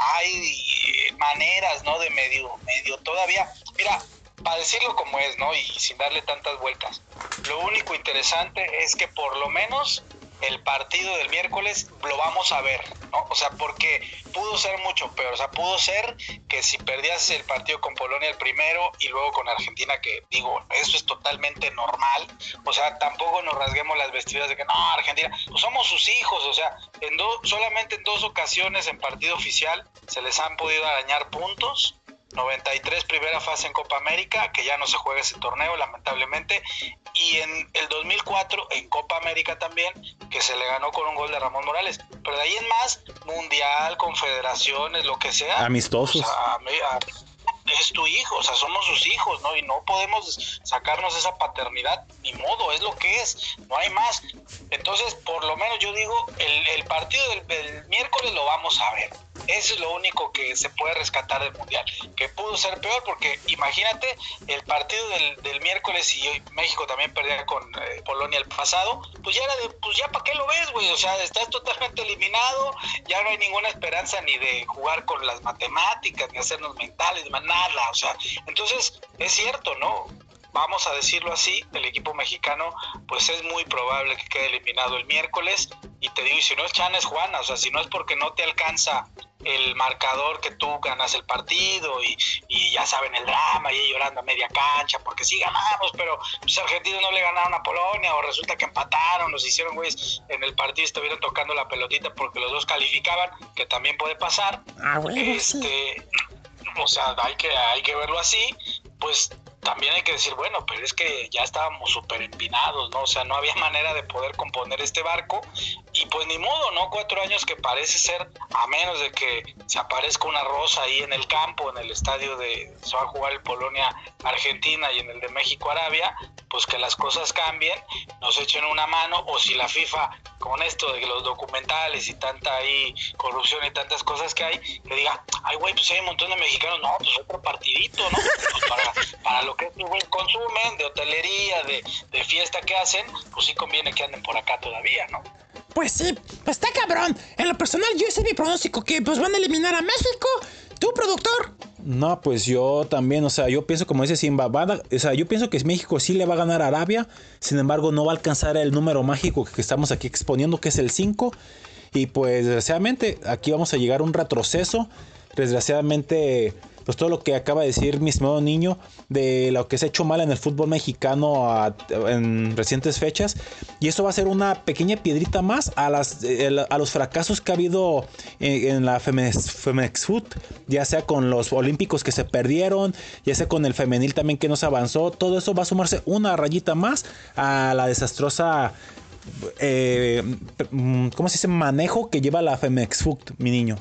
S5: hay maneras, ¿no? De medio, medio todavía, mira, para decirlo como es, ¿no? Y sin darle tantas vueltas, lo único interesante es que por lo menos el partido del miércoles lo vamos a ver, ¿no? O sea, porque pudo ser mucho peor, o sea, pudo ser que si perdías el partido con Polonia el primero y luego con Argentina, que digo, eso es totalmente normal, o sea, tampoco nos rasguemos las vestiduras de que no, Argentina, pues somos sus hijos, o sea, en do, solamente en dos ocasiones en partido oficial se les han podido arañar puntos noventa y tres primera fase en Copa América, que ya no se juega ese torneo lamentablemente, y en el dos mil cuatro en Copa América también, que se le ganó con un gol de Ramón Morales, pero de ahí en más, mundial, confederaciones, lo que sea,
S2: amistosos.
S5: O sea, a mí, a, es tu hijo, o sea, somos sus hijos, ¿no? Y no podemos sacarnos esa paternidad, ni modo, es lo que es, no hay más. Entonces, por lo menos yo digo, el, el partido del, del miércoles lo vamos a ver. Eso es lo único que se puede rescatar del Mundial, que pudo ser peor, porque imagínate el partido del, del miércoles, y México también perdía con eh, Polonia el pasado, pues ya era de, pues ya para qué lo ves, güey, o sea, estás totalmente eliminado, ya no hay ninguna esperanza ni de jugar con las matemáticas, ni hacernos mentales, ni más nada, o sea, entonces es cierto, ¿no? Vamos a decirlo así, el equipo mexicano pues es muy probable que quede eliminado el miércoles, y te digo, y si no es Chana es Juana, o sea, si no es porque no te alcanza el marcador que tú ganas el partido y, y ya saben el drama y llorando a media cancha porque sí ganamos, pero pues argentinos no le ganaron a Polonia, o resulta que empataron, nos hicieron güeyes en el partido, estuvieron tocando la pelotita porque los dos calificaban, que también puede pasar.
S1: Ah, bueno,
S5: este
S1: sí.
S5: O sea, hay que, hay que verlo así, pues también hay que decir, bueno, pero es que ya estábamos súper empinados, ¿no? O sea, no había manera de poder componer este barco, y pues ni modo, ¿no? Cuatro años que parece ser, a menos de que se aparezca una rosa ahí en el campo, en el estadio de, se va a jugar el Polonia-Argentina y en el de México-Arabia, pues que las cosas cambien, nos echen una mano, o si la FIFA, con esto de los documentales y tanta ahí corrupción y tantas cosas que hay, que diga, ay güey, pues hay un montón de mexicanos, no, pues otro partidito, ¿no? Pues para, para lo que consumen, de hotelería, de, de fiesta que hacen, pues sí conviene que anden por acá todavía, ¿no?
S1: Pues sí, pues está cabrón. En lo personal, yo ese es mi pronóstico, que pues van a eliminar a México. ¿Tú, productor?
S2: No, pues yo también, o sea, yo pienso como dice Simba, va a, o sea, yo pienso que México sí le va a ganar a Arabia, sin embargo no va a alcanzar el número mágico que estamos aquí exponiendo, que es el cinco, y pues desgraciadamente aquí vamos a llegar a un retroceso, desgraciadamente pues todo lo que acaba de decir mi estimado niño de lo que se ha hecho mal en el fútbol mexicano a, en recientes fechas, y esto va a ser una pequeña piedrita más a, las, a los fracasos que ha habido en, en la Femex, Femex Food, ya sea con los olímpicos que se perdieron, ya sea con el femenil también que no se avanzó. Todo eso va a sumarse una rayita más a la desastrosa eh, ¿cómo se dice? Manejo que lleva la Femex Food, mi niño.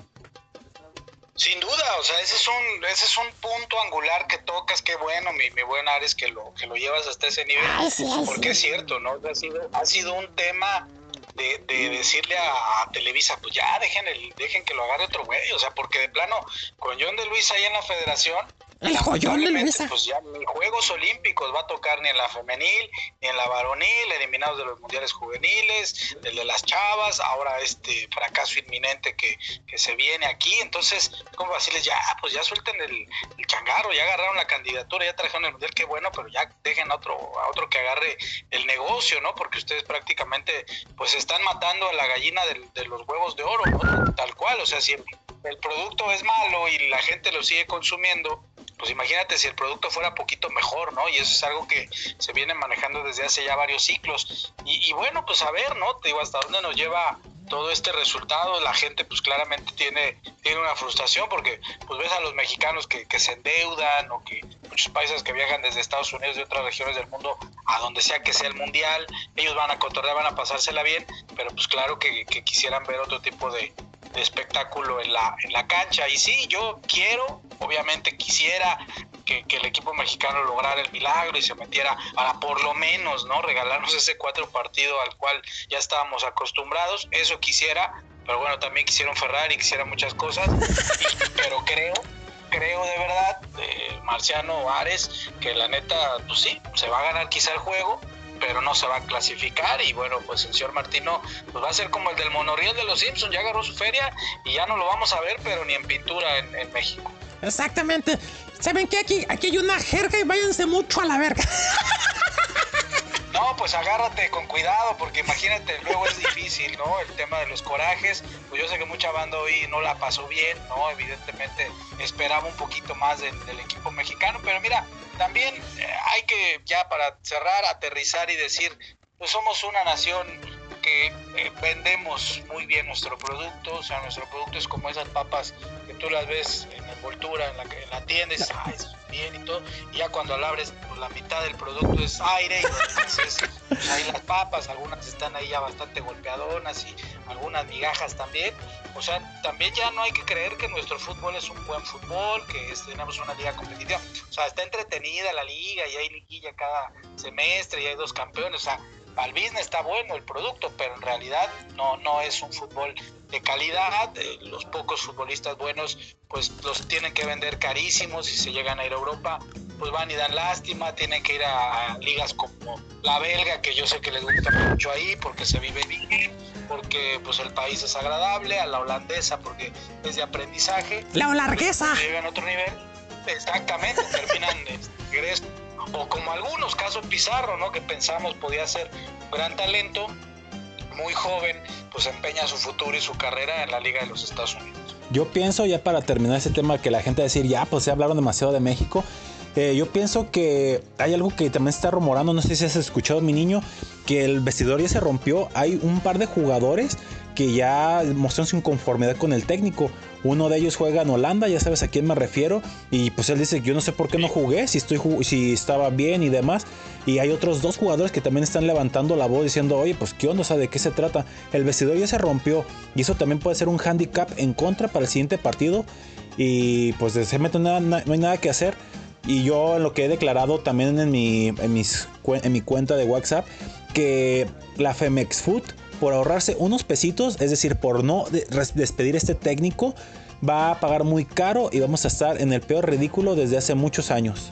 S5: Sin duda, o sea, ese es un ese es un punto angular que tocas, qué bueno, mi, mi buen Ares, que lo que lo llevas hasta ese nivel,
S1: Ay, sí, ay,
S5: porque
S1: sí.
S5: es cierto, ¿no? Ha sido, ha sido un tema de, de decirle a, a Televisa, pues ya dejen el dejen que lo agarre otro güey, o sea, porque de plano, con John de Luis ahí en la federación,
S1: El joyón de
S5: lamentablemente,
S1: Luisa.
S5: pues ya ni Juegos Olímpicos va a tocar ni en la femenil, ni en la varonil, eliminados de los mundiales juveniles, el de las chavas, ahora este fracaso inminente que, que se viene aquí. Entonces, ¿cómo decirles? Ya, pues ya suelten el, el changarro, ya agarraron la candidatura, ya trajeron el mundial, qué bueno, pero ya dejen a otro, a otro que agarre el negocio, ¿no? Porque ustedes prácticamente pues están matando a la gallina de, de los huevos de oro, ¿no? Tal cual, o sea, si el, el producto es malo y la gente lo sigue consumiendo, pues imagínate si el producto fuera poquito mejor, ¿no? Y eso es algo que se viene manejando desde hace ya varios ciclos. Y, y bueno, pues a ver, ¿no? Te digo, hasta dónde nos lleva todo este resultado. La gente pues claramente tiene, tiene una frustración, porque pues ves a los mexicanos que, que se endeudan, o que muchos países que viajan desde Estados Unidos y otras regiones del mundo a donde sea que sea el mundial, ellos van a cotorrear, van a pasársela bien, pero pues claro que, que quisieran ver otro tipo de, de espectáculo en la, en la cancha. Y sí, yo quiero, obviamente quisiera que, que el equipo mexicano lograra el milagro y se metiera para por lo menos, ¿no?, regalarnos ese cuatro partido al cual ya estábamos acostumbrados. Eso quisiera, pero bueno, también quisiera un Ferrari, quisiera muchas cosas, y, pero creo creo de verdad, eh, Marciano Ares, que la neta, pues sí, se va a ganar quizá el juego, pero no se va a clasificar. Y bueno, pues el señor Martino pues va a ser como el del monorriel de los Simpsons, ya agarró su feria y ya no lo vamos a ver, pero ni en pintura en, en México.
S1: Exactamente. ¿Saben qué? Aquí, aquí hay una jerga y váyanse mucho a la verga.
S5: No, pues agárrate con cuidado, porque imagínate, luego es difícil, ¿no? El tema de los corajes, pues yo sé que mucha banda hoy no la pasó bien, ¿no? Evidentemente esperaba un poquito más de, del equipo mexicano, pero mira, también eh, hay que, ya para cerrar, aterrizar y decir, pues somos una nación que eh, vendemos muy bien nuestro producto. O sea, nuestro producto es como esas papas que tú las ves en el envoltura en la, en la tienda y dices, ay, es bien y todo, y ya cuando la abres, pues la mitad del producto es aire, y entonces pues, ahí las papas, algunas están ahí ya bastante golpeadonas y algunas migajas también. O sea, también ya no hay que creer que nuestro fútbol es un buen fútbol, que es, tenemos una liga competitiva. O sea, está entretenida la liga y hay liguilla cada semestre y hay dos campeones. O sea, al business está bueno el producto, pero en realidad no, no es un fútbol de calidad. Eh, los pocos futbolistas buenos pues los tienen que vender carísimos. Si se llegan a ir a Europa pues van y dan lástima, tienen que ir a, a ligas como la belga, que yo sé que les gusta mucho ahí porque se vive bien, porque pues el país es agradable, a la holandesa porque es de aprendizaje,
S1: la holarguesa,
S5: llegan a otro nivel, exactamente, terminan ingreso, o como algunos, caso Pizarro, ¿no? Que pensamos podía ser un gran talento, muy joven, pues empeña su futuro y su carrera en la Liga de los Estados Unidos.
S2: Yo pienso, ya para terminar ese tema, que la gente va a decir, ya, pues se hablaron demasiado de México. Eh, yo pienso que hay algo que también está rumorando, no sé si has escuchado, mi niño, que el vestidor ya se rompió. Hay un par de jugadores que ya mostraron su inconformidad con el técnico. Uno de ellos juega en Holanda, ya sabes a quién me refiero, y pues él dice, yo no sé por qué no jugué, si, estoy, si estaba bien y demás. Y hay otros dos jugadores que también están levantando la voz diciendo, oye, pues qué onda, o sea, ¿de qué se trata? El vestidor ya se rompió y eso también puede ser un handicap en contra para el siguiente partido. Y pues de momento no, no hay nada que hacer. Y yo lo que he declarado también en mi, en, mis, en mi cuenta de WhatsApp, que la Femex Food, por ahorrarse unos pesitos, es decir, por no despedir a este técnico, va a pagar muy caro y vamos a estar en el peor ridículo desde hace muchos años.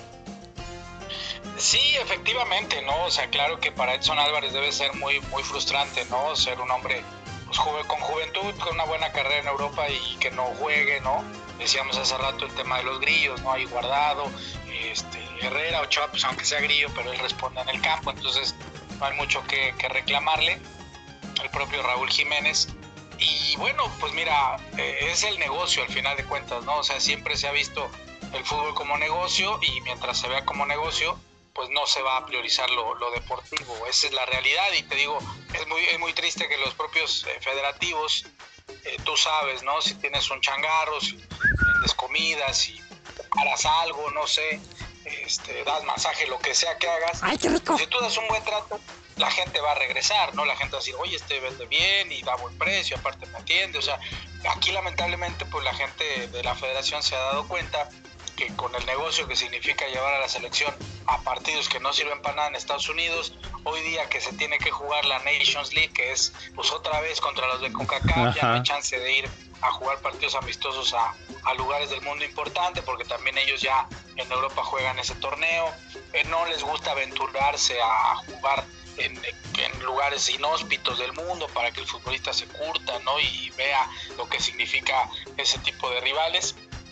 S5: Sí, efectivamente, ¿no? O sea, claro que para Edson Álvarez debe ser muy, muy frustrante, ¿no? Ser un hombre pues, juve, con juventud, con una buena carrera en Europa y que no juegue, ¿no? Decíamos hace rato el tema de los grillos, ¿no? Ahí Guardado, este, Herrera, Ochoa, pues aunque sea grillo, pero él responde en el campo, entonces no hay mucho que, que reclamarle. El propio Raúl Jiménez. Y bueno, pues mira, eh, es el negocio al final de cuentas, ¿no? O sea, siempre se ha visto el fútbol como negocio y mientras se vea como negocio, pues no se va a priorizar lo, lo deportivo. Esa es la realidad y te digo, es muy, es muy triste que los propios eh, federativos, eh, tú sabes, ¿no? Si tienes un changarro, si vendes comida, si preparas algo, no sé, este, das masaje, lo que sea que hagas.
S1: ¡Ay, qué rico!
S5: Si tú das un buen trato, la gente va a regresar, ¿no? La gente va a decir, oye, este vende bien y da buen precio, aparte me atiende. O sea, aquí lamentablemente pues la gente de la federación se ha dado cuenta que con el negocio que significa llevar a la selección a partidos que no sirven para nada en Estados Unidos, hoy día que se tiene que jugar la Nations League, que es pues otra vez contra los de CONCACAF, ya no hay chance de ir a jugar partidos amistosos a, a lugares del mundo importante, porque también ellos ya en Europa juegan ese torneo, eh, no les gusta aventurarse a jugar En, en lugares inhóspitos del mundo para que el futbolista se curta, ¿no? Y vea lo que significa ese tipo de rivales.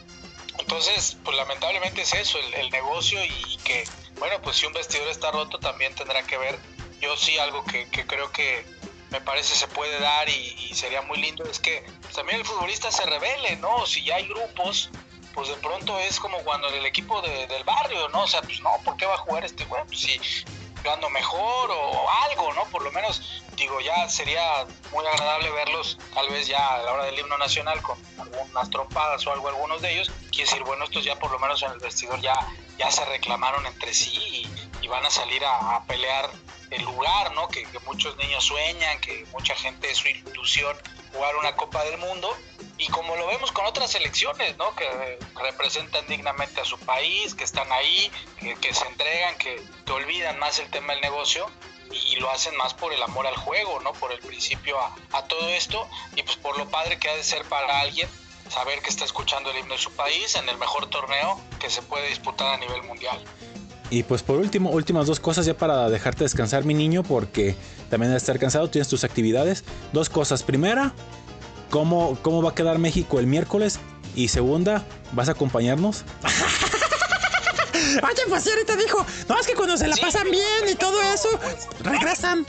S5: Entonces, pues lamentablemente es eso, el, el negocio y, y que, bueno, pues si un vestidor está roto también tendrá que ver. Yo sí algo que, que creo que me parece se puede dar y, y sería muy lindo es que pues, también el futbolista se revele, ¿no? Si ya hay grupos, pues de pronto es como cuando en el equipo de, del barrio, ¿no? O sea, pues no, ¿por qué va a jugar este güey? Pues si jugando mejor o, o algo, ¿no? Por lo menos, digo, ya sería muy agradable verlos tal vez ya a la hora del himno nacional con algunas trompadas o algo, algunos de ellos. Quiere decir, bueno, estos ya por lo menos en el vestidor ya, ya se reclamaron entre sí y, y van a salir a, a pelear el lugar, ¿no? Que, que muchos niños sueñan, que mucha gente es su ilusión jugar una Copa del Mundo. Y como lo vemos con otras selecciones, ¿no? Que representan dignamente a su país, que están ahí, que, que se entregan, que, que olvidan más el tema del negocio y, y lo hacen más por el amor al juego, ¿no? Por el principio a, a todo esto y pues por lo padre que ha de ser para alguien saber que está escuchando el himno de su país en el mejor torneo que se puede disputar a nivel mundial.
S2: Y pues por último, últimas dos cosas ya para dejarte descansar, mi niño, porque también debes estar cansado, tienes tus actividades. Dos cosas. Primera, ¿Cómo, ¿Cómo va a quedar México el miércoles? Y segunda, ¿vas a acompañarnos?
S1: Oye, pues sí, ahorita dijo, no, es que cuando se la sí, pasan bien y todo eso, regresan.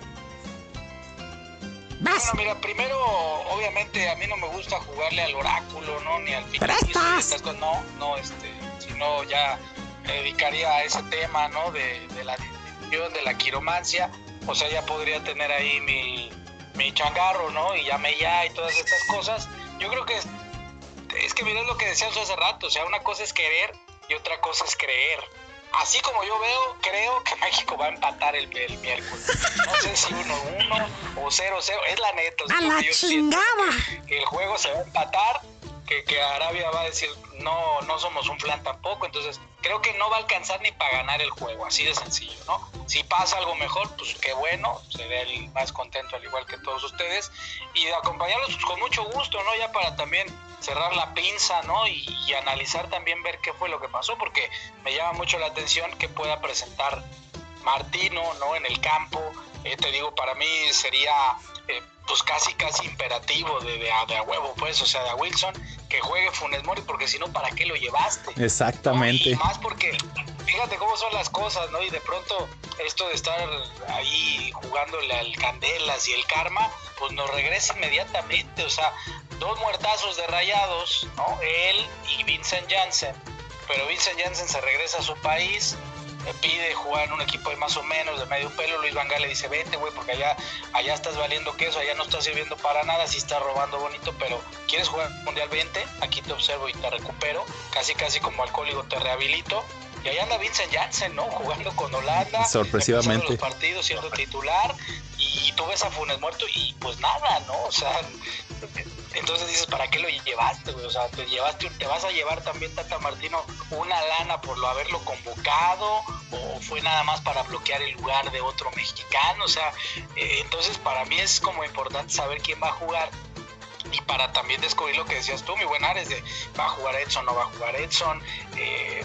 S5: Vas. Bueno, mira, primero, obviamente, a mí no me gusta jugarle al oráculo, ¿no? Ni al
S1: ¡Prestas!
S5: No, no, este, sino ya me dedicaría a ese tema, ¿no? De, de la de la quiromancia. O sea, ya podría tener ahí mi... mi changarro, ¿no? Y llame ya y todas estas cosas. Yo creo que es que mira lo que decíamos hace rato, o sea, una cosa es querer y otra cosa es creer. Así como yo veo, creo que México va a empatar el, el miércoles. No sé si uno uno o cero cero, es la neta. O sea,
S1: ¡A la
S5: yo
S1: chingada!
S5: Que, que el juego se va a empatar, que, que Arabia va a decir, no, no somos un flan tampoco, entonces creo que no va a alcanzar ni para ganar el juego, así de sencillo, ¿no? Si pasa algo mejor, pues qué bueno, seré el más contento al igual que todos ustedes, y de acompañarlos pues, con mucho gusto, ¿no? Ya para también cerrar la pinza, ¿no? Y, y analizar también, ver qué fue lo que pasó, porque me llama mucho la atención que pueda presentar Martino, ¿no? En el campo, eh, te digo, para mí sería eh, pues casi casi imperativo de, de, de a huevo, pues, o sea, de a Wilson, que juegue Funes Mori, porque si no, ¿para qué lo llevaste?
S2: Exactamente.
S5: ¿No? Y más porque, fíjate cómo son las cosas, ¿no? Y de pronto, esto de estar ahí jugándole al Candelas y el Karma, pues nos regresa inmediatamente, o sea, dos muertazos de Rayados, ¿no? Él y Vincent Janssen, pero Vincent Janssen se regresa a su país, le pide jugar en un equipo de más o menos, de medio pelo. Luis Van Gaal le dice, vete, güey, porque allá, allá estás valiendo queso, allá no estás sirviendo para nada, sí estás robando bonito, pero ¿quieres jugar Mundial veinte? Aquí te observo y te recupero, casi casi como alcohólico te rehabilito. Y ahí anda Vincent Janssen, ¿no? Jugando con Holanda.
S2: Sorpresivamente.
S5: Los partidos, siendo titular. Y tú ves a Funes muerto y pues nada, ¿no? O sea, entonces dices, ¿para qué lo llevaste, güey? O sea, te llevaste, te vas a llevar también, Tata Martino, una lana por lo haberlo convocado, o fue nada más para bloquear el lugar de otro mexicano. O sea, eh, entonces para mí es como importante saber quién va a jugar. Y para también descubrir lo que decías tú, mi buen Ares, de va a jugar Edson, no va a jugar Edson, eh,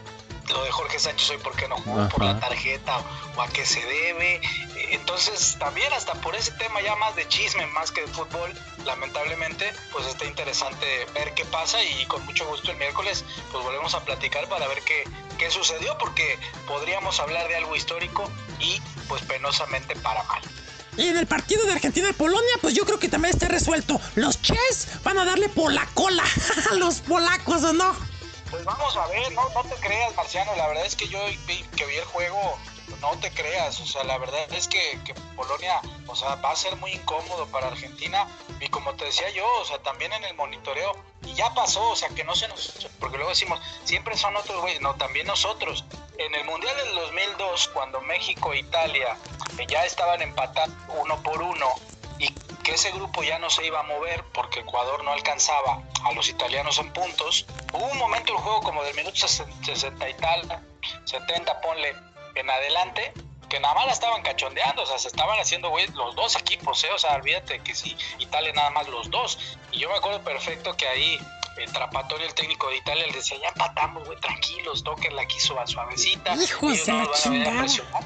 S5: lo de Jorge Sánchez hoy, ¿por qué no jugó? Por la tarjeta, o a qué se debe. Entonces también hasta por ese tema ya más de chisme, más que de fútbol, lamentablemente, pues está interesante ver qué pasa, y con mucho gusto el miércoles pues volvemos a platicar para ver qué, qué sucedió, porque podríamos hablar de algo histórico y pues penosamente para mal.
S1: Y en el partido de Argentina y Polonia, pues yo creo que también está resuelto. Los Ches van a darle por la cola a los polacos, ¿o no?
S5: Pues vamos a ver, no, no te creas, Marciano, la verdad es que yo vi, que vi el juego, no te creas, o sea, la verdad es que, que Polonia, o sea, va a ser muy incómodo para Argentina, y como te decía yo, o sea, también en el monitoreo, y ya pasó, o sea, que no se nos, porque luego decimos, siempre son otros güeyes, no, también nosotros. En el Mundial del dos mil dos, cuando México e Italia ya estaban empatando uno por uno, y que ese grupo ya no se iba a mover porque Ecuador no alcanzaba a los italianos en puntos, hubo un momento el juego como del minuto sesenta y tal, setenta, ponle, en adelante, que nada más la estaban cachondeando, o sea, se estaban haciendo, güey, los dos equipos, ¿eh? O sea, olvídate que si Italia nada más los dos. Y yo me acuerdo perfecto que ahí el Trapattoni, el técnico de Italia, le decía, ya empatamos, güey, tranquilos, toquenla aquí suavecita.
S1: Hijos de la chingada.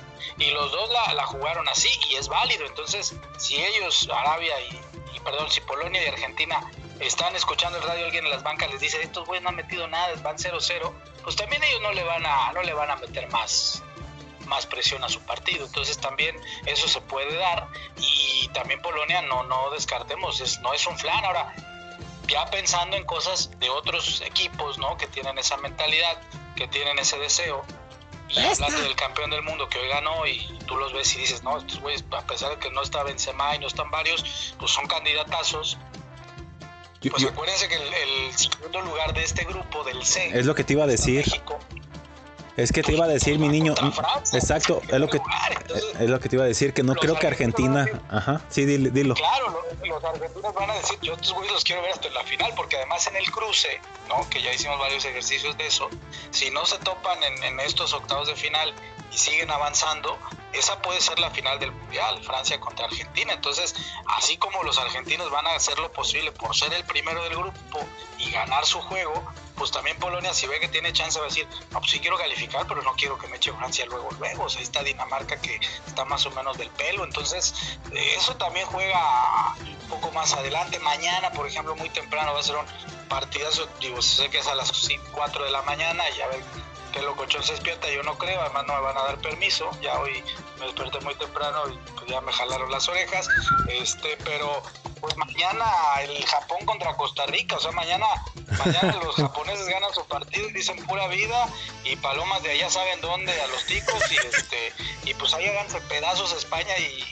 S5: Y los dos la, la jugaron así, y es válido. Entonces, si ellos, Arabia y, y, perdón, si Polonia y Argentina están escuchando el radio, alguien en las bancas les dice, estos güeyes no han metido nada, van cero cero, pues también ellos no le van a, no le van a meter más más presión a su partido. Entonces también eso se puede dar, y también Polonia no, no descartemos, es, no es un flan. Ahora, ya pensando en cosas de otros equipos, ¿no? Que tienen esa mentalidad, que tienen ese deseo, y
S1: Esta.
S5: hablando del campeón del mundo que hoy ganó, y tú los ves y dices, no, estos güeyes, a pesar de que no está Benzema y no están varios, pues son candidatazos.
S2: Yo-
S5: Pues
S2: yo-
S5: acuérdense que el, el segundo lugar de este grupo, del C,
S2: Es lo que te iba a decir.
S5: México,
S2: Es que te iba a decir, mi niño.
S5: contra Francia,
S2: Exacto, es lo que
S5: Entonces,
S2: es lo que te iba a decir, que no
S5: los
S2: creo que
S5: argentinos
S2: Argentina. Ajá, sí, dilo. dilo.
S5: claro, los, los argentinos van a decir, yo estos güeyes los quiero ver hasta en la final, porque además en el cruce, ¿no? Que ya hicimos varios ejercicios de eso, si no se topan en, en estos octavos de final y siguen avanzando, esa puede ser la final del Mundial, Francia contra Argentina. Entonces, así como los argentinos van a hacer lo posible por ser el primero del grupo y ganar su juego, pues también Polonia, si ve que tiene chance, va a decir, no, pues sí quiero calificar, pero no quiero que me eche Francia luego, luego. O sea, ahí está Dinamarca, que está más o menos del pelo. Entonces, eh, eso también juega un poco más adelante. Mañana, por ejemplo, muy temprano va a ser un partidazo, digo, sé que es a las cuatro de la mañana, y a ver qué locochón se despierta, yo no creo, además no me van a dar permiso. Ya hoy me desperté muy temprano y pues ya me jalaron las orejas, este, pero pues mañana el Japón contra Costa Rica, o sea, mañana mañana los japoneses ganan su partido y dicen pura vida, y palomas de allá saben dónde, a los ticos, y este y pues ahí háganse pedazos España y, y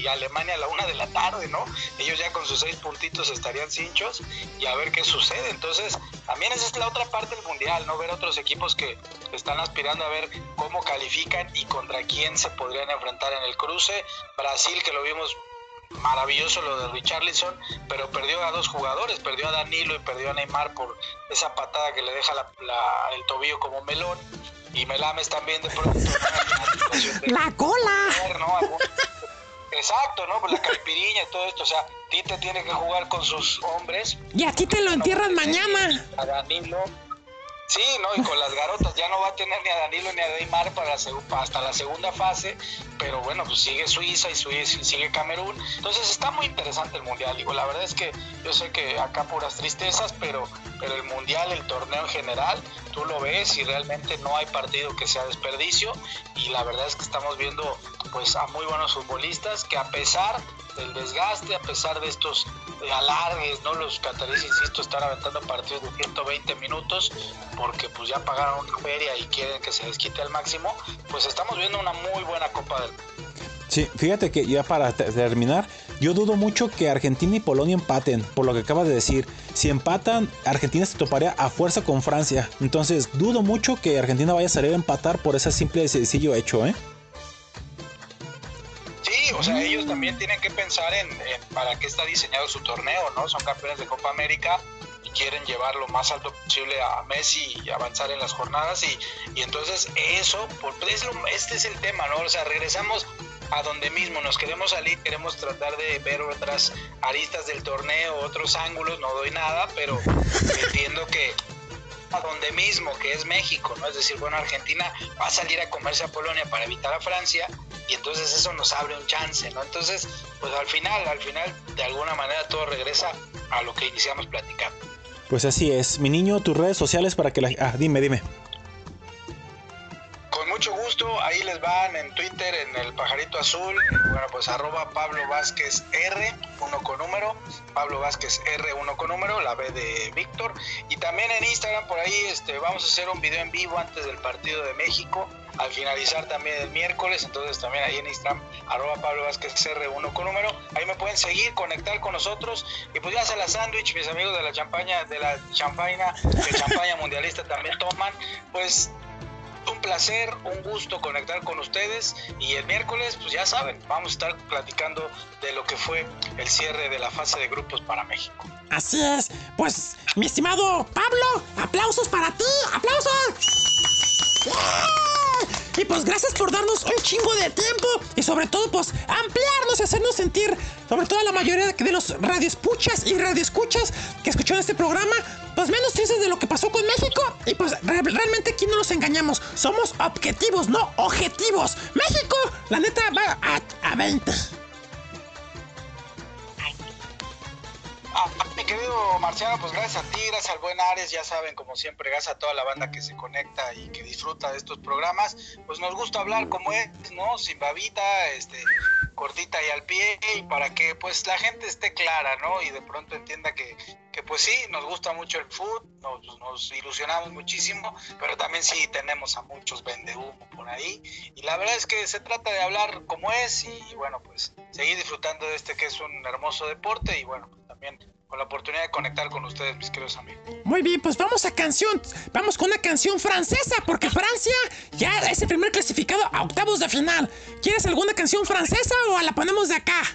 S5: y Alemania a la una de la tarde, ¿no? Ellos ya con sus seis puntitos estarían cinchos y a ver qué sucede. Entonces, también esa es la otra parte del mundial, ¿no? Ver otros equipos que están aspirando a ver cómo califican y contra quién se podrían enfrentar en el cruce. Brasil, que lo vimos maravilloso lo de Richarlison, pero perdió a dos jugadores, perdió a Danilo y perdió a Neymar por esa patada que le deja la, la, el tobillo como melón, y Melames también de pronto, ¿no? de,
S1: ¡La cola!
S5: ¿no? Algún, exacto, ¿no? Pues la caipiriña y todo esto, o sea, Tite tiene que jugar con sus hombres.
S1: Y aquí te lo entierran
S5: no,
S1: mañana.
S5: A Danilo. Sí, no, y con las garotas ya no va a tener ni a Danilo ni a Neymar para la seg- hasta la segunda fase, pero bueno, pues sigue Suiza y Suiza, sigue Camerún, entonces está muy interesante el mundial. Digo, la verdad es que yo sé que acá puras tristezas, pero, pero el mundial, el torneo en general, tú lo ves y realmente no hay partido que sea desperdicio, y la verdad es que estamos viendo pues a muy buenos futbolistas que, a pesar del desgaste, a pesar de estos eh, alargues, ¿no? Los cataríes, insisto, están aventando partidos de ciento veinte minutos porque pues ya pagaron una feria y quieren que se les quite al máximo. Pues estamos viendo una muy buena Copa del Mundo.
S2: Sí, fíjate que ya para te- terminar, yo dudo mucho que Argentina y Polonia empaten, por lo que acabas de decir. Si empatan, Argentina se toparía a fuerza con Francia. Entonces, dudo mucho que Argentina vaya a salir a empatar por ese simple y sencillo hecho, ¿eh?
S5: Sí, o sea, ellos también tienen que pensar en, en para qué está diseñado su torneo, ¿no? Son campeones de Copa América y quieren llevar lo más alto posible a Messi y avanzar en las jornadas, y, y entonces eso, por, es lo, este es el tema, ¿no? O sea, regresamos a donde mismo, nos queremos salir, queremos tratar de ver otras aristas del torneo, otros ángulos, no doy nada, pero entiendo que a donde mismo, que es México, ¿no? Es decir, bueno, Argentina va a salir a comerse a Polonia para evitar a Francia, y entonces eso nos abre un chance, ¿no? Entonces, pues al final, al final, de alguna manera todo regresa a lo que iniciamos platicando.
S2: Pues así es. Mi niño, tus redes sociales para que la... Ah, dime, dime.
S5: Con mucho gusto, ahí les van en Twitter, en el Pajarito Azul, bueno, pues arroba Pablo Vázquez R, uno con número, Pablo Vázquez R, uno con número, la B de Víctor, y también en Instagram, por ahí este, vamos a hacer un video en vivo antes del partido de México, al finalizar también el miércoles, entonces también ahí en Instagram, arroba Pablo Vázquez R, uno con número, ahí me pueden seguir, conectar con nosotros, y pues ya se la sándwich, mis amigos de la champaña, de la champaña, de champaña mundialista también toman, pues un placer, un gusto conectar con ustedes, y el miércoles, pues ya saben, vamos a estar platicando de lo que fue el cierre de la fase de grupos para México.
S1: Así es. Pues, mi estimado Pablo, aplausos para ti, aplausos. ¡Yeah! Y pues gracias por darnos un chingo de tiempo y sobre todo pues ampliarnos y hacernos sentir, sobre todo a la mayoría de los radioescuchas y radioescuchas que escucharon este programa, pues menos tristes de lo que pasó con México. Y pues re- realmente aquí no nos engañamos, somos objetivos, no objetivos. México, la neta, va a, a veinte.
S5: Ah, mi querido Marciano, pues gracias a ti, gracias al buen Ares, ya saben, como siempre, gracias a toda la banda que se conecta y que disfruta de estos programas. Pues nos gusta hablar como es, ¿no? Sin babita, este, cortita y al pie, y para que pues la gente esté clara, ¿no? Y de pronto entienda que, que pues sí, nos gusta mucho el fútbol, nos, nos ilusionamos muchísimo, pero también sí tenemos a muchos vendehumo por ahí, y la verdad es que se trata de hablar como es, y bueno, pues seguir disfrutando de este que es un hermoso deporte, y bueno, pues también con la oportunidad de conectar con ustedes, mis queridos amigos.
S1: Muy bien, pues vamos a canción. Vamos con una canción francesa, porque Francia ya es el primer clasificado a octavos de final. ¿Quieres alguna canción francesa o la ponemos de acá?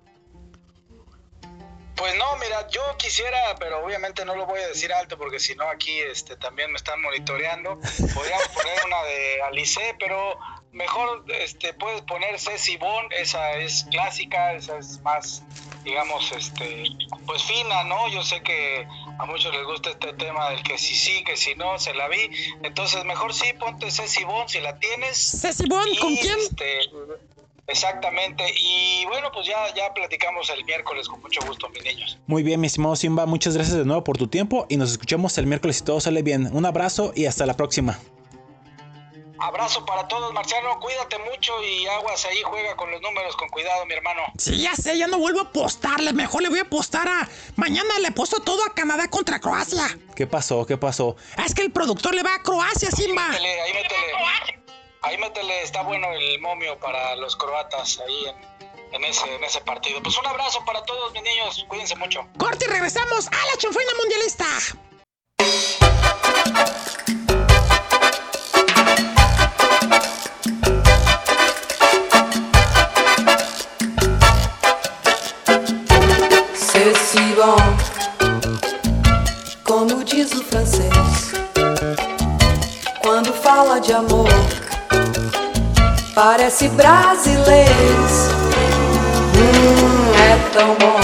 S5: Pues no, mira, yo quisiera, pero obviamente no lo voy a decir alto porque si no aquí este, también me están monitoreando. Podríamos poner una de Alice, pero mejor este, puedes poner Ceci Bon, esa es clásica, esa es más, digamos, este, pues fina, ¿no? Yo sé que a muchos les gusta este tema del que si sí, que si no, se la vi. Entonces mejor sí, ponte Ceci Bon si la tienes.
S1: ¿Ceci Bon? ¿Con quién?
S5: Este, exactamente, y bueno, pues ya, ya platicamos el miércoles con mucho gusto, mis niños.
S2: Muy bien, mi estimado Simba, muchas gracias de nuevo por tu tiempo y nos escuchamos el miércoles si todo sale bien. Un abrazo y hasta la próxima.
S5: Abrazo para todos, Marciano, cuídate mucho y aguas ahí, juega con los números con cuidado, mi hermano.
S1: Sí, ya sé, ya no vuelvo a apostarle, mejor le voy a apostar a... Mañana le apuesto todo a Canadá contra Croacia.
S2: ¿Qué pasó? ¿Qué pasó?
S1: Es que el productor le va a Croacia, Simba.
S5: Métele, ahí métele. ahí métele, está bueno el momio para los croatas ahí en, en, ese, en ese partido. Pues un abrazo para todos mis niños, cuídense mucho.
S1: Corte y regresamos a la chanfaina mundialista.
S6: C'est si bon, como diz o francês, quando fala de amor, parece brasileiro. Hum, é tão bom,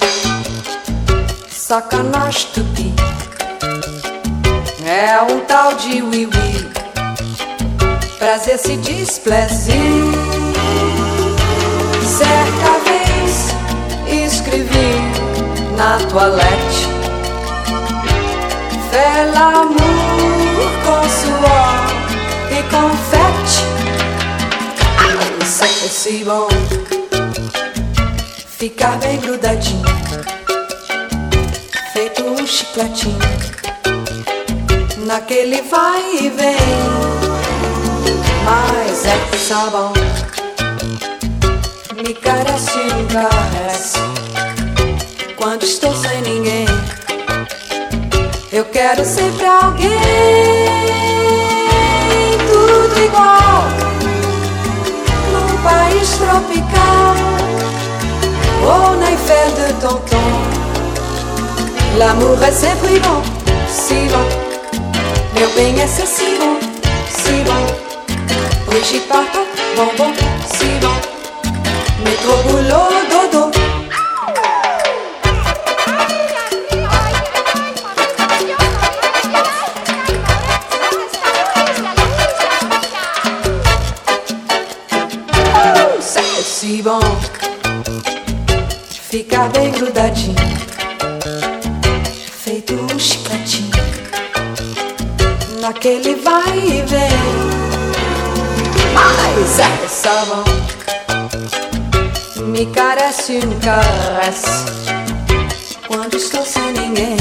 S6: sacanagem tupi, é um tal de oui-oui, prazer se diz plaisir. Certa vez escrevi na toilette, fais l'amour com suor e confete. C'est si bom ficar bem grudadinho, feito um chicletinho, naquele vai e vem. Mas é sabão, me carece e me carece quando estou sem ninguém. Eu quero sempre alguém, tudo igual, num país tropical ou na Eiffel de Tonton. L'amour é sempre bom, si bom, meu bem é ser si bom, si bom. Hoje parto, bom, bom, si bom, métro, boulot, dodo. Si bom ficar bem grudadinho, feito um chicletinho, naquele vai e vem. Mas é sabão, me carece e me carece quando estou sem ninguém.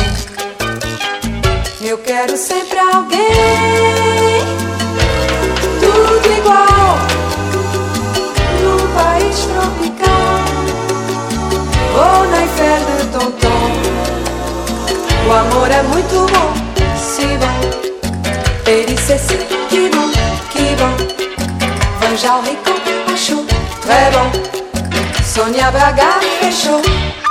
S6: Eu quero sempre alguém, tudo igual, num país tropical ou na Eiffel de Tonton. O amor é muito bom, si bom, ele c'est si, que bom, que bom. Vanjal Rico achou très bon, Sônia Braga fechou.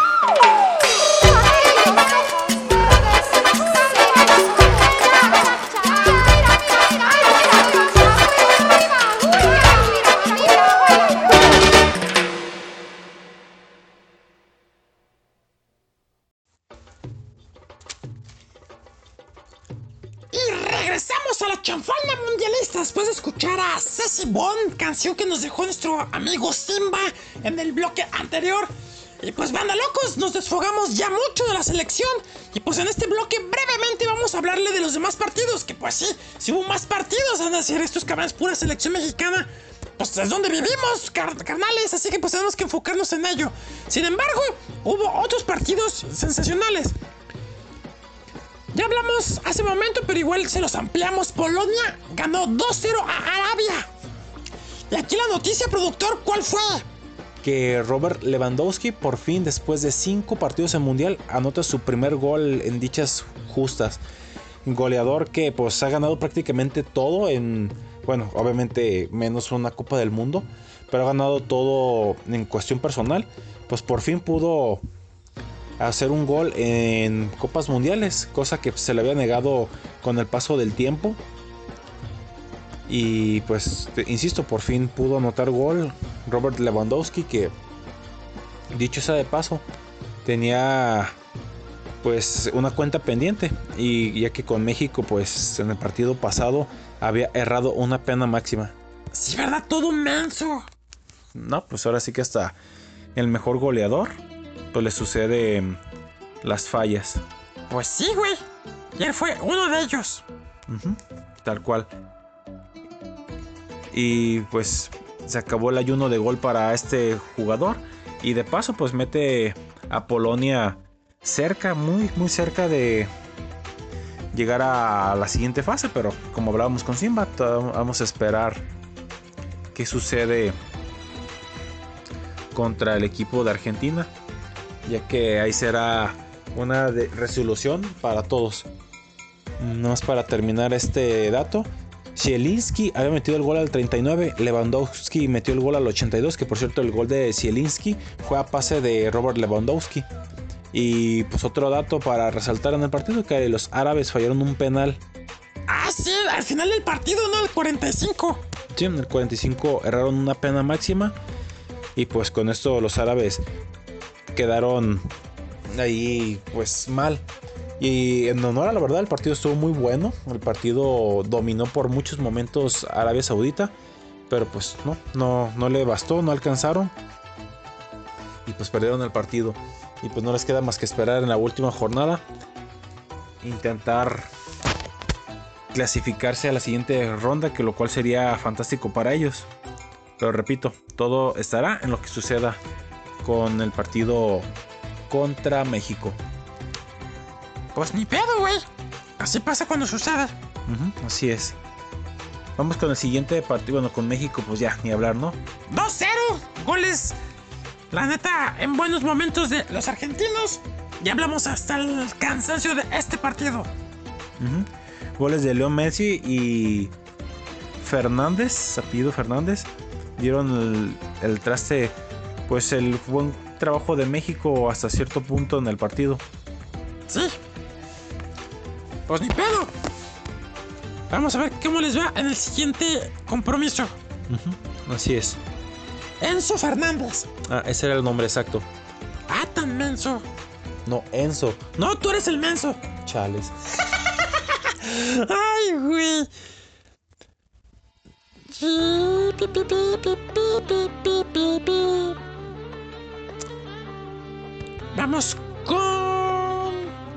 S1: Regresamos a la chanfaina mundialista después de escuchar a Ceci Bond, canción que nos dejó nuestro amigo Simba en el bloque anterior. Y pues banda locos, nos desfogamos ya mucho de la selección. Y pues en este bloque brevemente vamos a hablarle de los demás partidos. Que pues sí, si hubo más partidos, van a decir estos cabrones, pura selección mexicana. Pues es donde vivimos, car carnales, así que pues tenemos que enfocarnos en ello. Sin embargo, hubo otros partidos sensacionales. Ya hablamos hace un momento, pero igual se los ampliamos. Polonia ganó dos cero a Arabia. Y aquí la noticia, productor, ¿cuál fue?
S2: Que Robert Lewandowski, por fin, después de cinco partidos en Mundial, anota su primer gol en dichas justas. Goleador que pues ha ganado prácticamente todo en... Bueno, obviamente menos una Copa del Mundo, pero ha ganado todo en cuestión personal. Pues por fin pudo hacer un gol en Copas Mundiales, cosa que se le había negado con el paso del tiempo. Y pues, te, insisto, por fin pudo anotar gol Robert Lewandowski, que dicho sea de paso, tenía pues una cuenta pendiente, y ya que con México pues en el partido pasado había errado una pena máxima.
S1: Sí, ¿verdad? Todo menso.
S2: No, pues ahora sí que hasta el mejor goleador pues le sucede las fallas.
S1: Pues sí, güey. Y él fue uno de ellos.
S2: Uh-huh, tal cual. Y pues se acabó el ayuno de gol para este jugador. Y de paso pues mete a Polonia cerca, muy muy cerca de llegar a la siguiente fase. Pero como hablábamos con Simba, vamos a esperar qué sucede contra el equipo de Argentina, ya que ahí será una de resolución para todos. No más para terminar este dato, Zielinski había metido el gol al treinta y nueve, Lewandowski metió el gol al ochenta y dos, que por cierto el gol de Zielinski fue a pase de Robert Lewandowski. Y pues otro dato para resaltar en el partido, que los árabes fallaron un penal.
S1: Ah, sí, al final del partido, ¿no? El cuarenta y cinco.
S2: Sí, en el cuarenta y cinco erraron una pena máxima. Y pues con esto los árabes quedaron ahí pues mal. Y en honor a la verdad, el partido estuvo muy bueno. El partido dominó por muchos momentos Arabia Saudita, pero pues no, no, no le bastó, no alcanzaron. Y pues perdieron el partido. Y pues no les queda más que esperar en la última jornada, intentar clasificarse a la siguiente ronda, que lo cual sería fantástico para ellos. Pero repito, todo estará en lo que suceda con el partido contra México.
S1: Pues ni pedo, güey. Así pasa cuando sucede.
S2: Uh-huh, así es. Vamos con el siguiente partido. Bueno, con México pues ya, ni hablar, ¿no?
S1: dos cero. Goles, la neta, en buenos momentos de los argentinos. Ya hablamos hasta el cansancio de este partido.
S2: Uh-huh. Goles de Leo Messi y Fernández, apellido Fernández, dieron el, el traste, pues el buen trabajo de México hasta cierto punto en el partido.
S1: Sí. Pues ni pedo. Vamos a ver cómo les va en el siguiente compromiso.
S2: Uh-huh. Así es.
S1: Enzo Fernández.
S2: Ah, ese era el nombre exacto.
S1: Ah, tan menso.
S2: No, Enzo.
S1: No, tú eres el menso.
S2: Chales.
S1: Ay, güey. Vamos con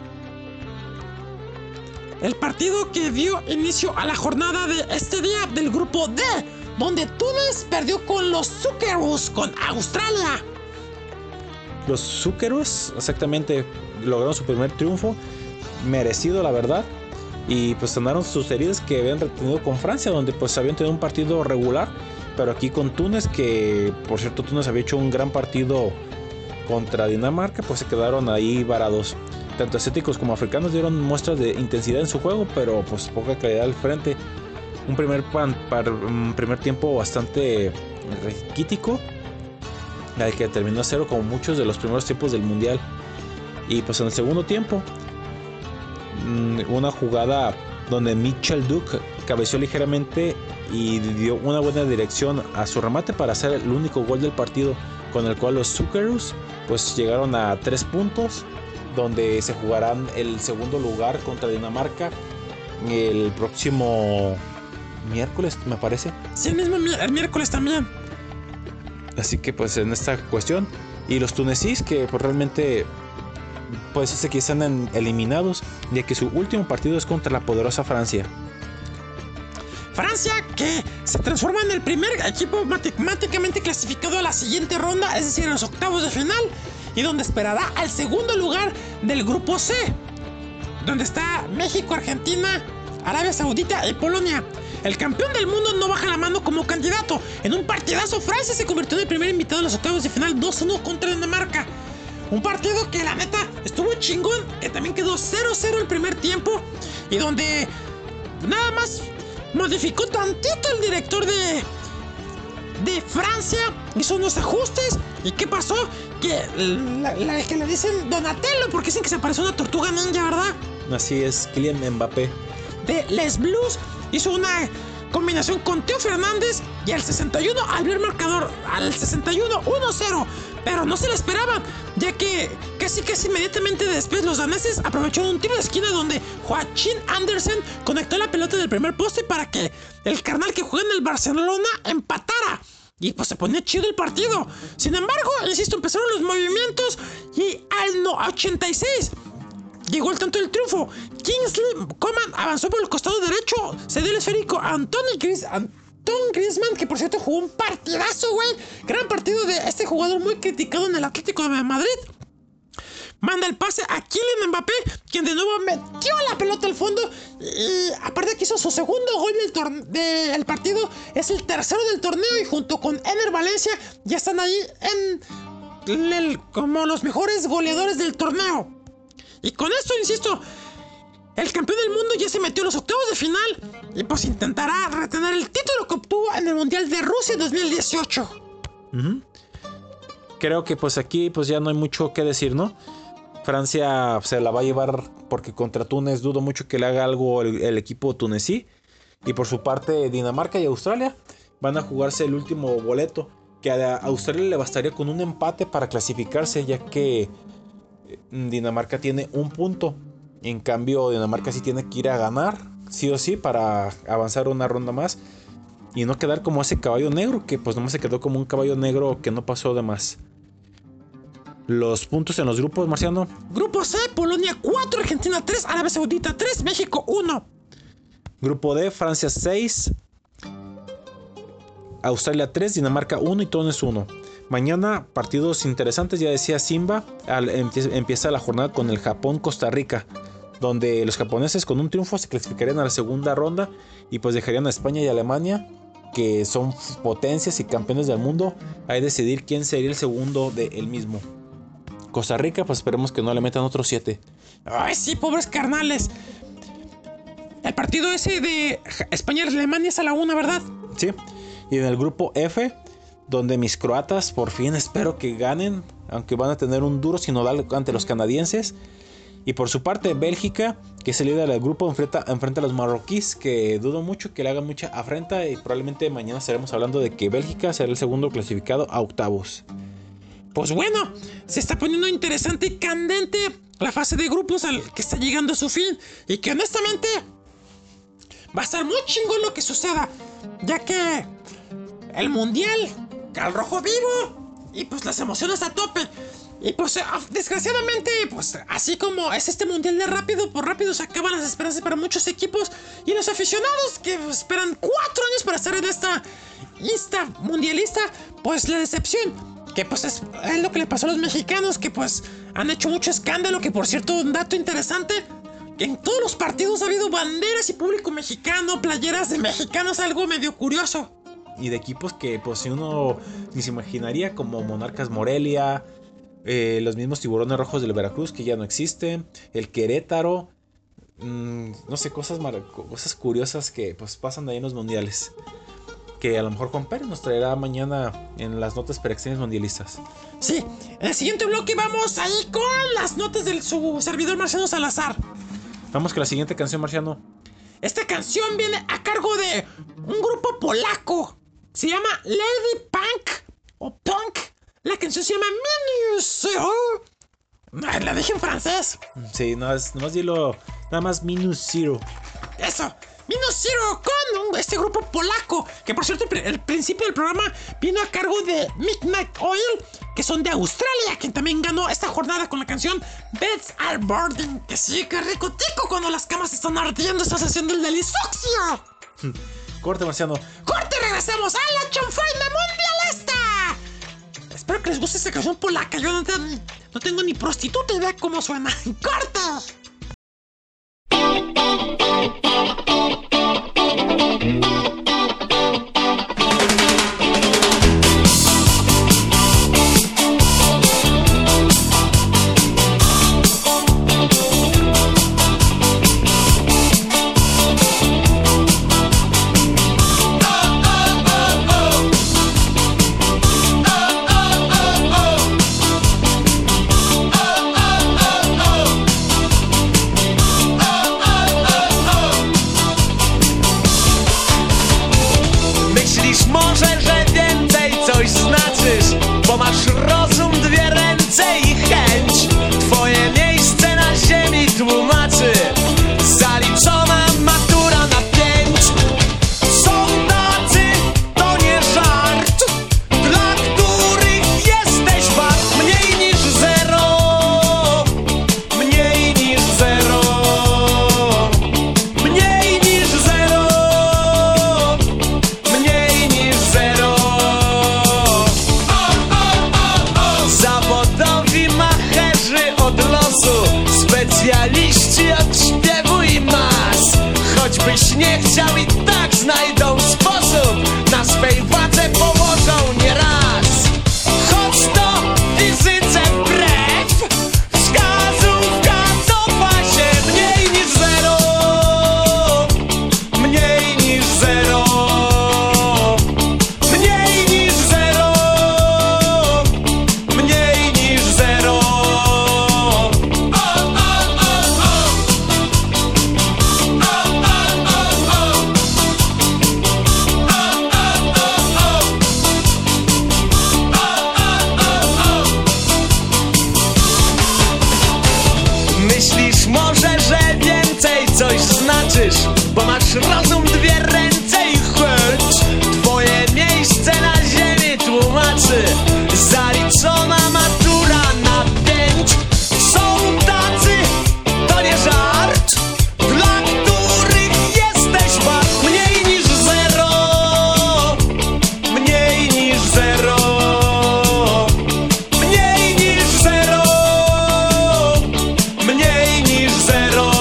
S1: el partido que dio inicio a la jornada de este día del grupo D, donde Túnez perdió con los Socceroos, con Australia.
S2: Los Socceroos, exactamente, lograron su primer triunfo, merecido la verdad, y pues sanaron sus heridas que habían retenido con Francia, donde pues habían tenido un partido regular, pero aquí con Túnez, que por cierto Túnez había hecho un gran partido contra Dinamarca, pues se quedaron ahí varados. Tanto asiáticos como africanos dieron muestras de intensidad en su juego, pero pues poca calidad al frente. Un primer, pan, par, un primer tiempo bastante raquítico, el que terminó a cero como muchos de los primeros tiempos del mundial. Y pues en el segundo tiempo, una jugada donde Mitchell Duke cabeceó ligeramente y dio una buena dirección a su remate para hacer el único gol del partido, con el cual los Socceroos pues llegaron a tres puntos, donde se jugarán el segundo lugar contra Dinamarca el próximo miércoles, me parece.
S1: Sí, el mismo mi- el miércoles también.
S2: Así que pues en esta cuestión, y los tunecíes que pues realmente puede decirse que están en, eliminados, ya que su último partido es contra la poderosa Francia.
S1: Francia, que se transforma en el primer equipo matemáticamente clasificado a la siguiente ronda, es decir, a los octavos de final, y donde esperará al segundo lugar del grupo C, donde está México, Argentina, Arabia Saudita y Polonia. El campeón del mundo no baja la mano como candidato. En un partidazo, Francia se convirtió en el primer invitado a los octavos de final, dos uno contra Dinamarca. Un partido que la neta estuvo chingón, que también quedó cero cero el primer tiempo, y donde nada más modificó tantito el director de, de Francia, hizo unos ajustes. ¿Y qué pasó? Que, la, la, que le dicen Donatello, porque dicen que se parece a una tortuga ninja, ¿verdad?
S2: Así es, Kylian Mbappé
S1: de Les Blues hizo una combinación con Teo Fernández, y al sesenta y uno abrió el marcador, al sesenta y uno, uno cero. Pero no se le esperaban, ya que casi casi inmediatamente después los daneses aprovecharon un tiro de esquina donde Joachim Andersen conectó la pelota del primer poste para que el carnal que juega en el Barcelona empatara. Y pues se ponía chido el partido. Sin embargo, insisto, empezaron los movimientos y al no, ochenta y seis llegó el tanto del triunfo. Kingsley Coman avanzó por el costado derecho, cedió el esférico a Anthony Gris, Anthony Griezmann, que por cierto jugó un partidazo, güey. Gran partido de este jugador muy criticado en el Atlético de Madrid. manda el pase a Kylian Mbappé, quien de nuevo metió la pelota al fondo. Y aparte que hizo su segundo gol del, tor- del partido, es el tercero del torneo. Y junto con Ener Valencia ya están ahí en el, como los mejores goleadores del torneo. Y con esto, insisto, el campeón del mundo ya se metió a los octavos de final y pues intentará retener el título que obtuvo en el Mundial de Rusia dos mil dieciocho.
S2: Uh-huh. Creo que pues aquí pues ya no hay mucho que decir, ¿no? Francia se la va a llevar porque contra Túnez dudo mucho que le haga algo el, el equipo tunesí. Y por su parte Dinamarca y Australia van a jugarse el último boleto, que a Australia le bastaría con un empate para clasificarse, ya que Dinamarca tiene un punto. En cambio Dinamarca sí tiene que ir a ganar sí o sí para avanzar una ronda más y no quedar como ese caballo negro que pues nomás se quedó como un caballo negro que no pasó de más. Los puntos en los grupos, Marciano.
S1: Grupo C, Polonia cuatro, Argentina tres, Arabia Saudita tres, México uno.
S2: Grupo D, Francia seis, Australia tres, Dinamarca uno y Túnez uno. Mañana partidos interesantes, ya decía Simba. Al, empieza la jornada con el Japón-Costa Rica, donde los japoneses con un triunfo se clasificarían a la segunda ronda y pues dejarían a España y Alemania, que son potencias y campeones del mundo, a decidir quién sería el segundo del mismo. Costa Rica, pues esperemos que no le metan otros siete.
S1: Ay, sí, pobres carnales. El partido ese de España y Alemania es a la una, ¿verdad?
S2: Sí. Y en el grupo F, donde mis croatas por fin espero que ganen, aunque van a tener un duro sinodal ante los canadienses. Y por su parte Bélgica, que es el líder del grupo, enfrenta, enfrenta a los marroquíes, que dudo mucho que le hagan mucha afrenta. Y probablemente mañana estaremos hablando de que Bélgica será el segundo clasificado a octavos.
S1: Pues bueno, se está poniendo interesante y candente la fase de grupos al que está llegando a su fin. Y que honestamente va a estar muy chingón lo que suceda, ya que el mundial, al rojo vivo, y pues las emociones a tope. Y pues desgraciadamente, pues así como es este mundial de rápido, pues rápido se acaban las esperanzas para muchos equipos y los aficionados que esperan cuatro años para estar en esta lista mundialista, pues la decepción. Que pues es, es lo que le pasó a los mexicanos, que pues han hecho mucho escándalo. Que por cierto, un dato interesante, que en todos los partidos ha habido banderas y público mexicano, playeras de mexicanos, algo medio curioso.
S2: Y de equipos que pues si uno ni se imaginaría, como Monarcas Morelia, eh, los mismos Tiburones Rojos del Veracruz, que ya no existen, el Querétaro, mmm, no sé, cosas, mar- cosas curiosas que pues pasan ahí en los mundiales, que a lo mejor Juan Pérez nos traerá mañana en las notas predicciones mundialistas.
S1: Sí, en el siguiente bloque vamos ahí con las notas de su servidor Marciano Salazar.
S2: Vamos con la siguiente canción, Marciano.
S1: Esta canción viene a cargo de un grupo polaco. Se llama Lady Punk o Punk. La canción se llama Minus Zero. La dije en francés.
S2: Sí, nada más, nada más dilo, nada más Minus Zero.
S1: Eso. Minus Zero con este grupo polaco, que por cierto el principio del programa vino a cargo de Midnight Oil, que son de Australia, quien también ganó esta jornada con la canción Beds Are Burning. Que sí, que rico tico cuando las camas están ardiendo, estás haciendo el delisuxio.
S2: Corte, Marciano.
S1: Corte, regresamos a la chanfaina mundialista. Espero que les guste esta canción polaca. Yo no, ten, no tengo ni prostituta idea cómo suena. Corte.
S7: choć nie chciał i tak znajdą sposób. Na swej wadze położą nieraz. Choć to fizyce wbrew, wskazówka cofa się mniej niż zero. Mniej niż zero. Mniej niż zero. Mniej niż zero. Myślisz może, że więcej coś znaczysz, bo masz rozum, dwie ręce i chęć. Twoje miejsce na ziemi tłumaczy zaliczona matura na pięć. Są tacy, to nie żart, dla których jesteś wart mniej niż zero. Mniej niż zero. Mniej niż zero. Mniej niż zero.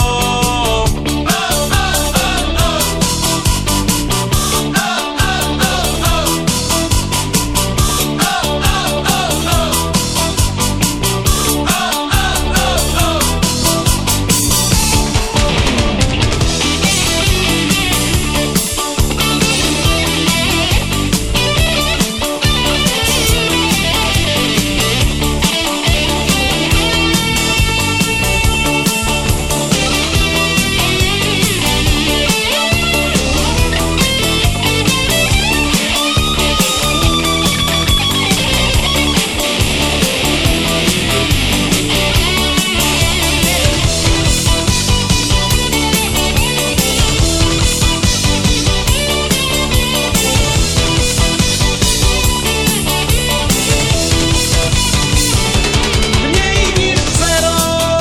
S7: Mniej niż zero.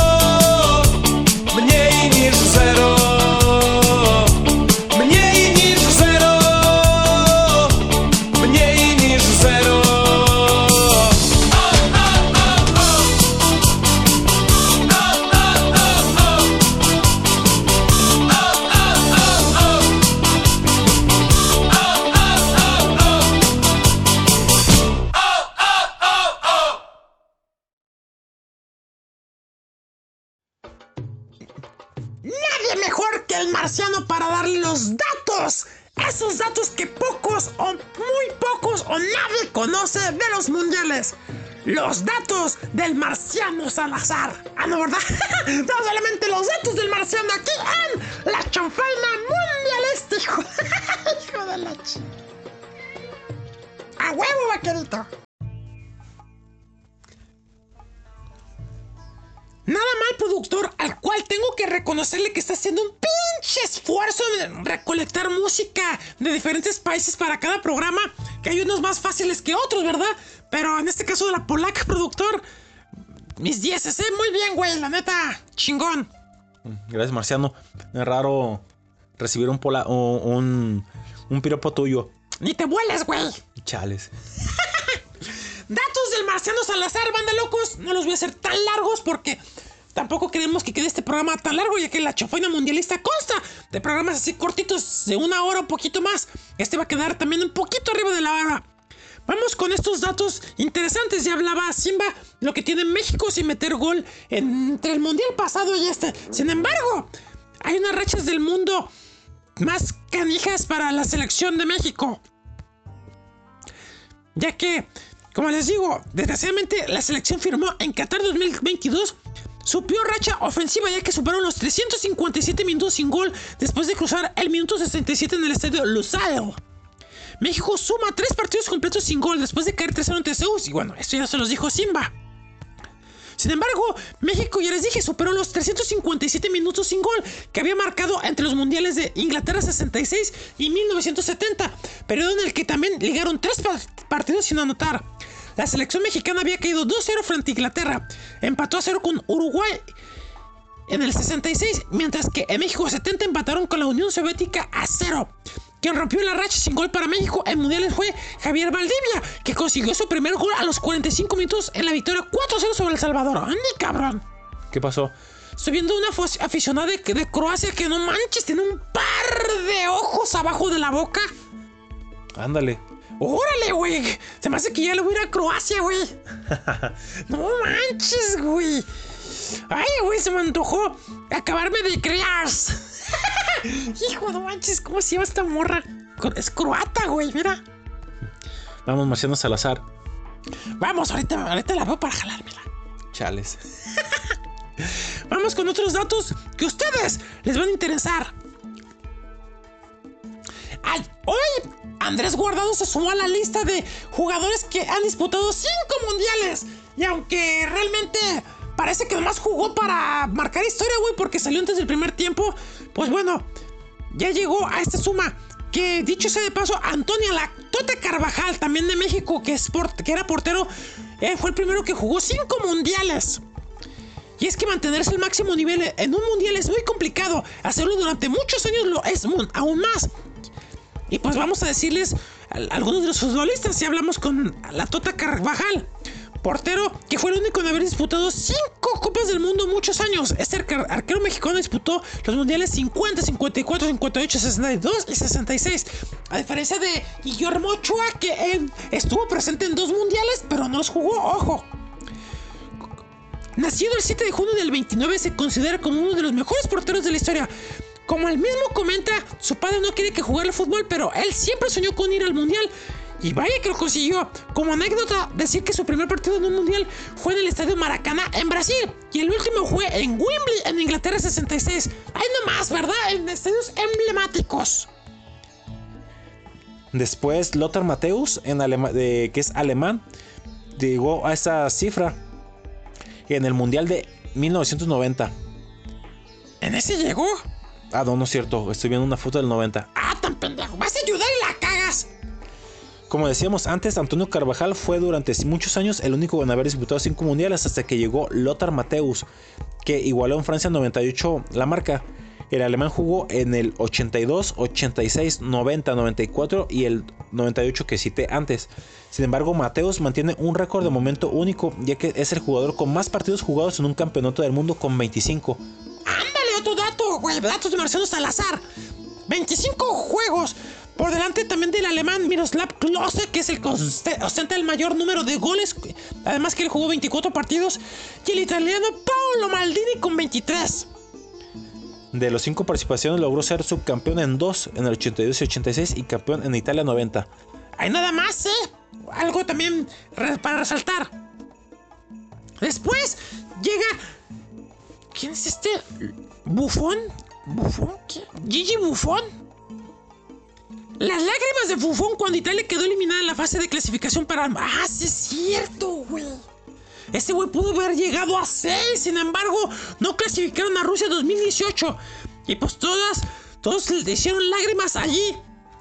S7: Mniej niż zero. Mniej niż zero. Mniej niż zero.
S1: Nadie mejor que el marciano para darle los datos. Esos datos que pocos o muy pocos o nadie conoce de los mundiales. Los datos del marciano Salazar. Ah, no, ¿verdad? No, solamente los datos del marciano aquí en la chanfaina mundialista, hijo. Hijo de la ch... A huevo, vaquerito. Nada mal, productor, al cual tengo que reconocerle que está haciendo un pinche esfuerzo de recolectar música de diferentes países para cada programa, que hay unos más fáciles que otros, ¿verdad? Pero en este caso de la polaca, productor, mis dieces, ¿eh? Muy bien, güey, la neta, chingón.
S2: Gracias, Marciano. Es raro recibir un, pola un, un piropo tuyo.
S1: Ni te vueles, güey.
S2: Chales.
S1: Datos del marciano Salazar, banda locos. No los voy a hacer tan largos porque tampoco queremos que quede este programa tan largo, ya que la chanfaina mundialista consta de programas así cortitos de una hora o poquito más. Este va a quedar también un poquito arriba de la hora. Vamos con estos datos interesantes. Ya hablaba Simba lo que tiene México sin meter gol entre el mundial pasado y este. Sin embargo, hay unas rachas del mundo más canijas para la selección de México, ya que, como les digo, desgraciadamente la selección firmó en Qatar dos mil veintidós su peor racha ofensiva, ya que superaron los trescientos cincuenta y siete minutos sin gol después de cruzar el minuto sesenta y siete en el estadio Lusail. México suma tres partidos completos sin gol después de caer tres cero ante Zeus, y bueno, esto ya se los dijo Simba. Sin embargo, México, ya les dije, superó los trescientos cincuenta y siete minutos sin gol que había marcado entre los mundiales de Inglaterra sesenta y seis y mil novecientos setenta, periodo en el que también ligaron tres partidos sin anotar. La selección mexicana había caído dos cero frente a Inglaterra, empató a cero con Uruguay en el sesenta y seis, mientras que en México setenta empataron con la Unión Soviética a cero. Quien rompió la racha sin gol para México en mundiales fue Javier Valdivia, que consiguió su primer gol a los cuarenta y cinco minutos en la victoria cuatro cero sobre El Salvador. ¡Ni cabrón!
S2: ¿Qué pasó?
S3: estoy viendo una aficionada de, de Croacia que no manches, tiene un par de ojos abajo de la boca.
S2: Ándale.
S3: ¡Órale, güey! Se me hace que ya le voy a ir a Croacia, güey. No manches, güey. Ay, güey, se me antojó acabarme de criar. Hijo, no manches, ¿cómo se llama esta morra? Es croata, güey, mira.
S2: Vamos, Marciano Salazar.
S3: Vamos, ahorita, ahorita la veo para jalármela.
S2: Chales.
S3: Vamos con otros datos que a ustedes les van a interesar. Ay, hoy Andrés Guardado se sumó a la lista de jugadores que han disputado cinco mundiales. Y aunque realmente parece que nomás jugó para marcar historia, güey, porque salió antes del primer tiempo, pues bueno, ya llegó a esta suma. Que dicho sea de paso, Antonio La Tota Carvajal, también de México, que, es port que era portero, eh, fue el primero que jugó cinco mundiales. Y es que mantenerse al máximo nivel en un mundial es muy complicado. Hacerlo durante muchos años lo es aún más. Y pues vamos a decirles a algunos de los futbolistas. Si hablamos con La Tota Carvajal, portero que fue el único en haber disputado cinco Copas del Mundo muchos años. Este arquero, arquero mexicano disputó los mundiales cincuenta, cincuenta y cuatro, cincuenta y ocho, sesenta y dos y sesenta y seis. A diferencia de Guillermo Ochoa, que él estuvo presente en dos mundiales, pero no los jugó, ojo. Nacido el siete de junio del veintinueve, se considera como uno de los mejores porteros de la historia. Como él mismo comenta, su padre no quiere que jugara al fútbol, pero él siempre soñó con ir al mundial. Y vaya que lo consiguió. Como anécdota, decir que su primer partido en un mundial fue en el estadio Maracaná, en Brasil. Y el último fue en Wembley, en Inglaterra, sesenta y seis. Ahí nomás, ¿verdad? En estadios emblemáticos.
S2: Después, Lothar Matthäus, en Alema de, que es alemán, llegó a esa cifra en el mundial de mil novecientos noventa.
S3: ¿En ese llegó?
S2: Ah, no, no es cierto. Estoy viendo una foto del noventa.
S3: Ah, tan pendejo. Vas a ayudar y la cagas.
S2: Como decíamos antes, Antonio Carvajal fue durante muchos años el único en haber disputado cinco mundiales hasta que llegó Lothar Matthäus, que igualó en Francia noventa y ocho la marca. El alemán jugó en el ochenta y dos, ochenta y seis, noventa, noventa y cuatro y el noventa y ocho que cité antes. Sin embargo, Matthäus mantiene un récord de momento único, ya que es el jugador con más partidos jugados en un campeonato del mundo con veinticinco.
S3: Ándale, otro dato, güey, datos de Marcelo Salazar. veinticinco juegos. Por delante también del alemán Miroslav Klose, que es el que ostenta el mayor número de goles. Además que él jugó veinticuatro partidos. Y el italiano Paolo Maldini con veintitrés.
S2: De los cinco participaciones logró ser subcampeón en dos, en el ochenta y dos y ochenta y seis, y campeón en Italia noventa.
S3: Hay nada más, ¿eh? Algo también re para resaltar. Después llega... ¿Quién es este? ¿Buffon? ¿Buffon? ¿Qué? ¿Gigi Buffon? Las lágrimas de Buffon cuando Italia quedó eliminada en la fase de clasificación para... ¡Ah, sí es cierto, güey! Este güey pudo haber llegado a seis, sin embargo, no clasificaron a Rusia dos mil dieciocho. Y pues todas, todos le hicieron lágrimas allí.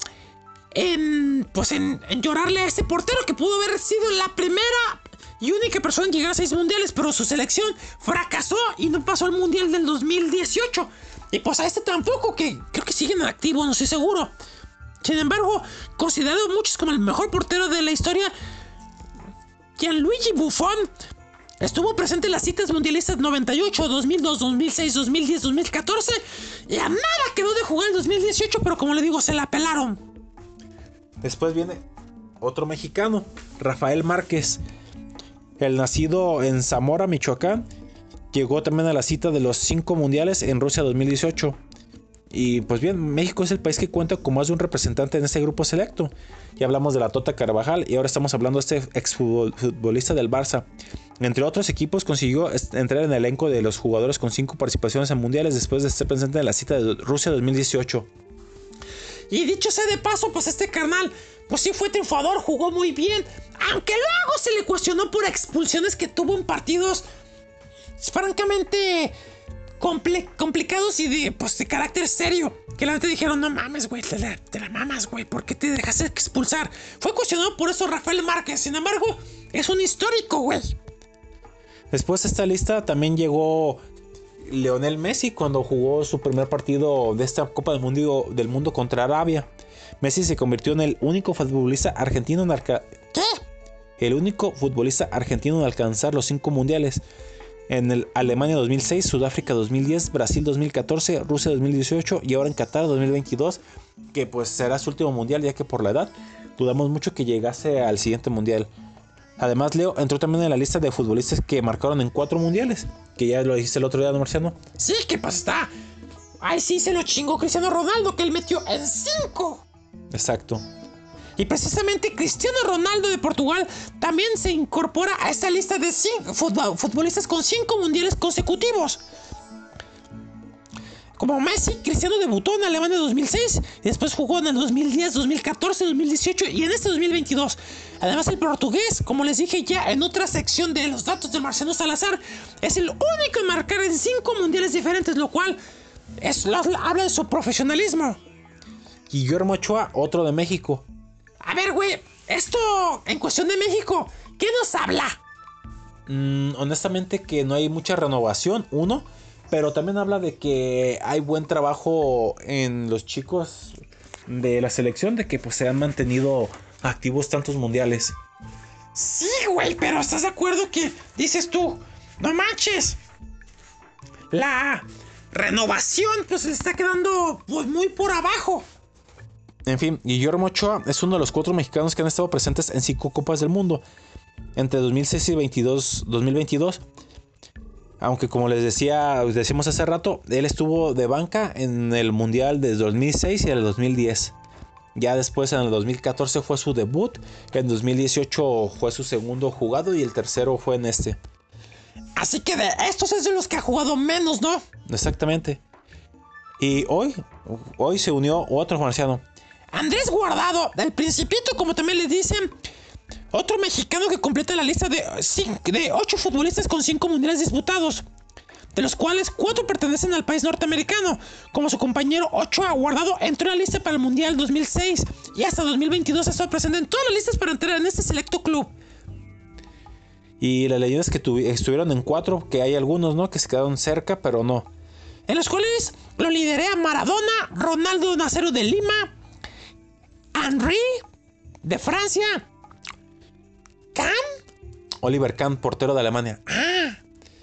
S3: En, pues en, en llorarle a este portero que pudo haber sido la primera y única persona en llegar a seis mundiales, pero su selección fracasó y no pasó al mundial del dos mil dieciocho. Y pues a este tampoco, que creo que siguen en activo, no estoy seguro. Sin embargo, considerado muchos como el mejor portero de la historia, Gianluigi Buffon estuvo presente en las citas mundialistas noventa y ocho, dos mil dos, dos mil seis, dos mil diez, dos mil catorce y a nada quedó de jugar el dos mil dieciocho, pero como le digo, se la pelaron.
S2: Después viene otro mexicano, Rafael Márquez, el nacido en Zamora, Michoacán, llegó también a la cita de los cinco mundiales en Rusia dos mil dieciocho. Y pues bien, México es el país que cuenta con más de un representante en este grupo selecto. Ya hablamos de La Tota Carvajal y ahora estamos hablando de este exfutbolista del Barça. Entre otros equipos consiguió entrar en el elenco de los jugadores con cinco participaciones en mundiales después de estar presente en la cita de Rusia dos mil dieciocho.
S3: Y dicho sea de paso, pues este carnal, pues sí fue triunfador, jugó muy bien. Aunque luego se le cuestionó por expulsiones que tuvo en partidos francamente... Comple complicados y de, pues, de carácter serio. Que la gente dijeron, no mames, güey, te la, te la mamas, güey, ¿por qué te dejaste expulsar? Fue cuestionado por eso Rafael Márquez, sin embargo, es un histórico, güey.
S2: Después de esta lista también llegó Lionel Messi cuando jugó su primer partido de esta Copa del Mundo, del mundo contra Arabia. Messi se convirtió en el único futbolista argentino en alcanzar...
S3: ¿Qué?
S2: El único futbolista argentino en alcanzar los cinco mundiales. En el Alemania dos mil seis, Sudáfrica dos mil diez, Brasil dos mil catorce, Rusia dos mil dieciocho y ahora en Qatar dos mil veintidós, que pues será su último mundial, ya que por la edad dudamos mucho que llegase al siguiente mundial. Además, Leo entró también en la lista de futbolistas que marcaron en cuatro mundiales, que ya lo dijiste el otro día, ¿no, Marciano?
S3: Sí, ¿qué pasa? Está. Ay, sí, se lo chingó Cristiano Ronaldo, que él metió en cinco.
S2: Exacto.
S3: Y precisamente Cristiano Ronaldo de Portugal también se incorpora a esta lista de cinco futbolistas con cinco mundiales consecutivos. Como Messi, Cristiano debutó en Alemania en dos mil seis y después jugó en el dos mil diez, dos mil catorce, dos mil dieciocho y en este dos mil veintidós. Además, el portugués, como les dije ya en otra sección de los datos de Marciano Salazar, es el único en marcar en cinco mundiales diferentes, lo cual es, lo, habla de su profesionalismo.
S2: Guillermo Ochoa, otro de México.
S3: A ver, güey, esto en cuestión de México, ¿qué nos habla?
S2: Mm, honestamente que no hay mucha renovación, uno, pero también habla de que hay buen trabajo en los chicos de la selección, de que pues se han mantenido activos tantos mundiales.
S3: Sí, güey, pero ¿estás de acuerdo que dices tú, no manches? La renovación pues le está quedando pues muy por abajo.
S2: En fin, Guillermo Ochoa es uno de los cuatro mexicanos que han estado presentes en cinco Copas del Mundo entre dos mil seis y dos mil veintidós. Aunque como les decía, decimos hace rato, él estuvo de banca en el Mundial desde dos mil seis y el dos mil diez. Ya después en el dos mil catorce fue su debut, en dos mil dieciocho fue su segundo jugado y el tercero fue en este.
S3: Así que de estos es de los que ha jugado menos, ¿no?
S2: Exactamente. Y hoy, hoy se unió otro marciano.
S3: Andrés Guardado, del Principito, como también le dicen, otro mexicano que completa la lista de, de ocho futbolistas con cinco mundiales disputados, de los cuales cuatro pertenecen al país norteamericano. Como su compañero Ochoa, Guardado entró en la lista para el Mundial dos mil seis y hasta dos mil veintidós ha estado presente en todas las listas para entrar en este selecto club.
S2: Y las leyendas que estuvieron en cuatro, que hay algunos, ¿no? Que se quedaron cerca, pero no.
S3: En los cuales lo liderea Maradona, Ronaldo Nazario de Lima, Henry de Francia, Kahn,
S2: Oliver Kahn, portero de Alemania.
S3: Ah.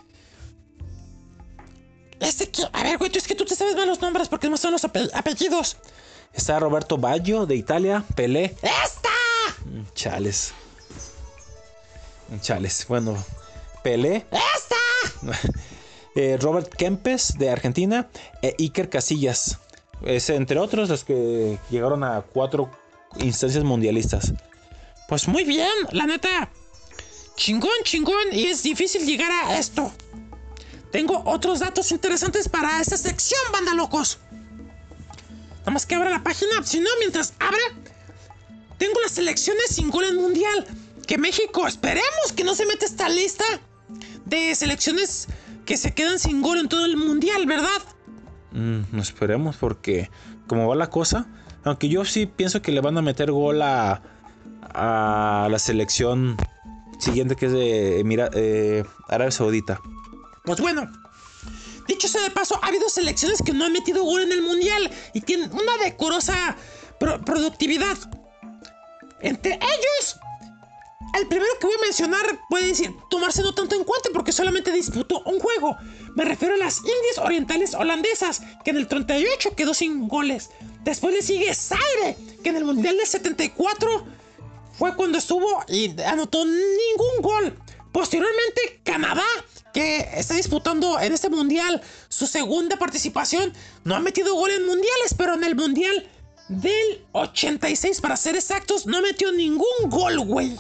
S3: Este que, a ver, güey, es que tú te sabes mal los nombres porque no son los ape- apellidos.
S2: Está Roberto Baggio de Italia, Pelé.
S3: ¡Esta!
S2: Chales. Chales. Bueno, Pelé.
S3: ¡Esta!
S2: eh, Robert Kempes de Argentina e Iker Casillas. Es entre otros los que llegaron a cuatro instancias mundialistas.
S3: Pues muy bien, la neta. Chingón, chingón. Y es difícil llegar a esto. Tengo otros datos interesantes para esta sección, banda locos. Nada más que abra la página. Si no, mientras abre, tengo las selecciones sin gol en mundial. Que México, esperemos que no se meta esta lista de selecciones que se quedan sin gol en todo el mundial, ¿verdad?
S2: Mm, no esperemos, porque como va la cosa, aunque yo sí pienso que le van a meter gol a, a la selección siguiente, que es de Emira, eh, Arabia Saudita.
S3: Pues bueno, dicho sea de paso, ha habido selecciones que no han metido gol en el mundial y tienen una decorosa pro- productividad. Entre ellos, el primero que voy a mencionar puede decir tomarse no tanto en cuenta porque solamente disputó un juego. Me refiero a las Indias Orientales Holandesas, que en el treinta y ocho quedó sin goles. Después le sigue Zaire, que en el Mundial del setenta y cuatro fue cuando estuvo y anotó ningún gol. Posteriormente, Canadá, que está disputando en este Mundial su segunda participación, no ha metido gol en mundiales, pero en el Mundial del ochenta y seis, para ser exactos, no metió ningún gol, güey.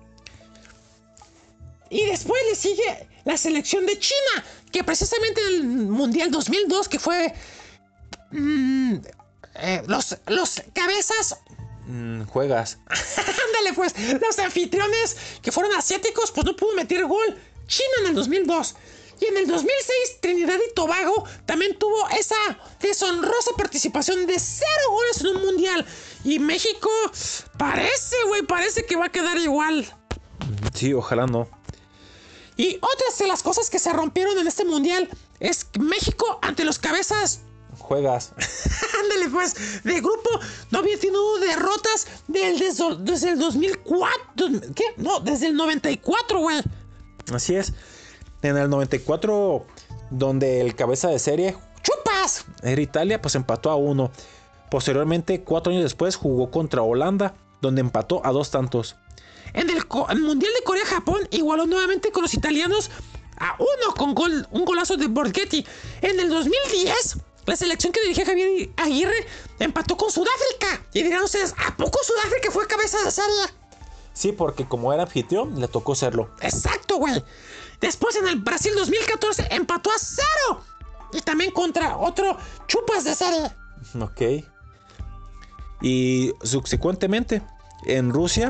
S3: Y después le sigue la selección de China, que precisamente en el Mundial dos mil dos, que fue mmm, eh, los, los cabezas...
S2: Mm, juegas.
S3: Ándale pues, los anfitriones que fueron asiáticos, pues no pudo meter gol. China en el dos mil dos. Y en el dos mil seis, Trinidad y Tobago también tuvo esa deshonrosa participación de cero goles en un mundial. Y México parece, güey, parece que va a quedar igual.
S2: Sí, ojalá no.
S3: Y otras de las cosas que se rompieron en este mundial es México ante los cabezas.
S2: Juegas.
S3: Ándale pues, de grupo no había tenido derrotas del, desde, desde el dos mil cuatro. ¿Qué? No, desde el noventa y cuatro, güey.
S2: Así es. En el noventa y cuatro, donde el cabeza de serie, ¡chupas!, era Italia, pues empató a uno. Posteriormente, cuatro años después, jugó contra Holanda, donde empató a dos tantos.
S3: En el, el Mundial de Corea-Japón igualó nuevamente con los italianos a uno con gol, un golazo de Borghetti. En el dos mil diez, la selección que dirigía Javier Aguirre empató con Sudáfrica. Y dirán ustedes, ¿a poco Sudáfrica fue cabeza de serie?
S2: Sí, porque como era anfitrión, le tocó serlo.
S3: Exacto, güey. Después en el Brasil dos mil catorce empató a cero. Y también contra otro chupas de serie.
S2: Ok. Y subsecuentemente, en Rusia,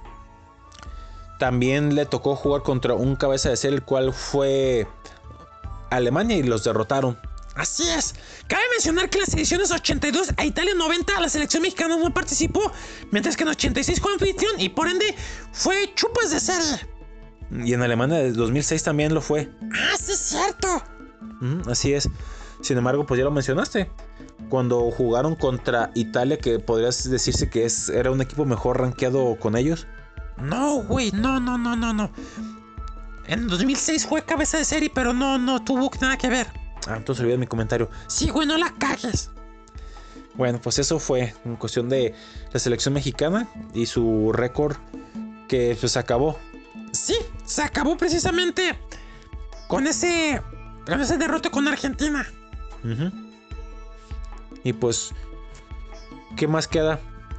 S2: también le tocó jugar contra un cabeza de serie, el cual fue Alemania, y los derrotaron.
S3: Así es. Cabe mencionar que en las ediciones ochenta y dos a Italia noventa la selección mexicana no participó, mientras que en ochenta y seis fue anfitrión y por ende fue chupas de serie.
S2: Y en Alemania de dos mil seis también lo fue.
S3: Ah, sí es cierto.
S2: Mm, así es. Sin embargo, pues ya lo mencionaste. Cuando jugaron contra Italia, que podrías decirse que es, era un equipo mejor rankeado con ellos.
S3: No, güey, no, no, no, no, no. En dos mil seis fue cabeza de serie, pero no, no tuvo nada que ver.
S2: Ah, entonces olvidé mi comentario.
S3: Sí, güey, no la cagues.
S2: Bueno, pues eso fue en cuestión de la selección mexicana y su récord que pues acabó.
S3: Sí, se acabó precisamente con ese, con ese derrota con Argentina.
S2: Uh-huh. Y pues, ¿qué más queda?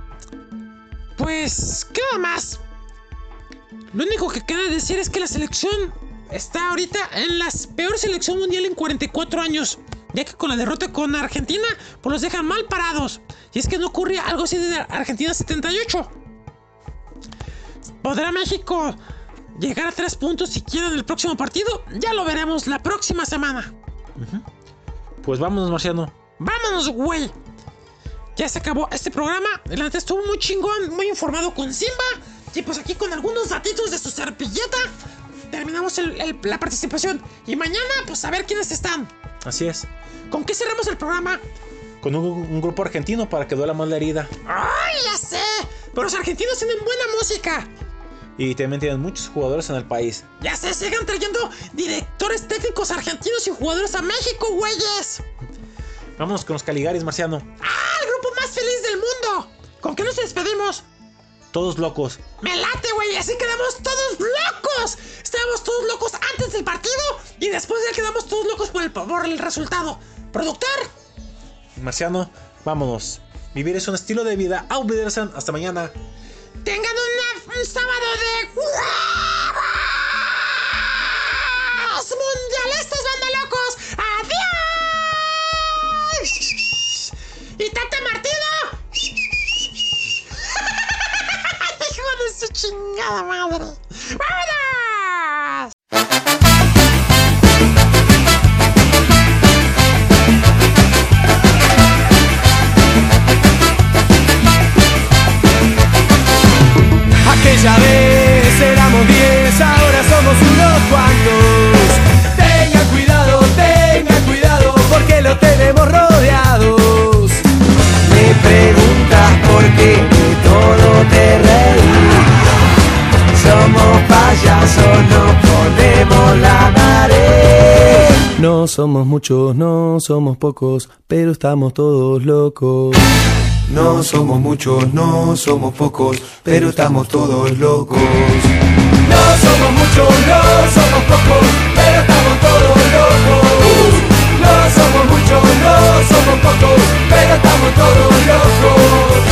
S3: Pues, queda más. Lo único que queda decir es que la selección está ahorita en la peor selección mundial en cuarenta y cuatro años, ya que con la derrota con Argentina pues los dejan mal parados. Y es que no ocurría algo así de Argentina setenta y ocho. ¿Podrá México llegar a tres puntos siquiera en el próximo partido? Ya lo veremos la próxima semana.
S2: Uh-huh. Pues vámonos, Marciano.
S3: Vámonos, güey. Ya se acabó este programa. El antes estuvo muy chingón, muy informado con Simba. Y pues aquí con algunos datitos de su servilleta terminamos el, el, la participación. Y mañana, pues a ver quiénes están.
S2: Así es.
S3: ¿Con qué cerramos el programa?
S2: Con un, un grupo argentino para que duela más la herida.
S3: ¡Ay, ya sé! Pero los argentinos tienen buena música.
S2: Y también tienen muchos jugadores en el país.
S3: Ya sé, sigan trayendo directores técnicos argentinos y jugadores a México, güeyes.
S2: Vámonos con los Caligaris, Marciano.
S3: ¡Ah, el grupo más feliz del mundo! ¿Con qué nos despedimos?
S2: Todos locos.
S3: ¡Me late, güey! Así quedamos todos locos. Estábamos todos locos antes del partido y después ya quedamos todos locos por el, por el resultado. ¿Productor?
S2: Marciano, vámonos. Vivir es un estilo de vida. Auf Wiedersehen. Hasta mañana.
S3: Tengan una, un sábado de huevos mundialistas, banda locos. ¡Adiós! Y Tata Martino. Hijo de su chingada madre. ¡Vámonos!
S7: Aquella vez éramos diez, ahora somos unos cuantos. Tengan cuidado, tengan cuidado, porque lo tenemos rodeados. Me preguntas por qué de todo te reí. Somos payasos, nos ponemos la nariz. No somos muchos, no somos pocos, pero estamos todos locos. No somos muchos, no somos pocos, pero estamos todos locos. No somos muchos, no somos pocos, pero estamos todos locos. No somos muchos, no somos pocos, pero estamos todos locos.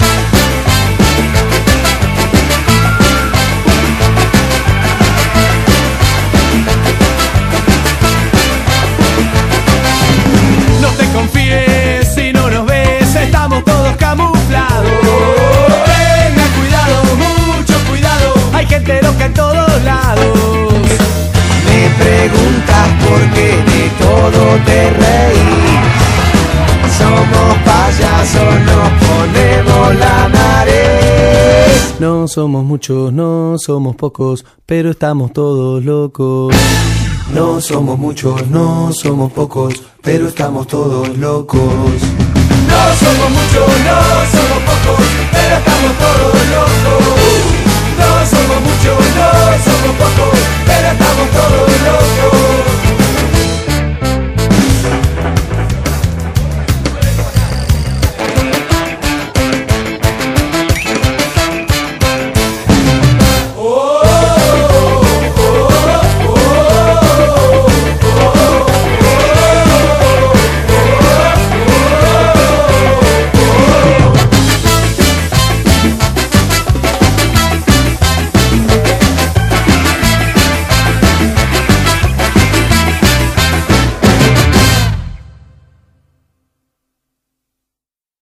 S7: No te confíes si no nos ves, estamos todos camuflados. Tengan cuidado, mucho cuidado, hay gente loca en todos lados. Me preguntas por qué de todo te reí. Somos payasos, nos ponemos la nariz. No somos muchos, no somos pocos, pero estamos todos locos. No somos muchos, no somos pocos, pero estamos todos locos. No somos muchos, no somos pocos, pero estamos todos locos. No somos muchos, no somos pocos, pero estamos todos locos.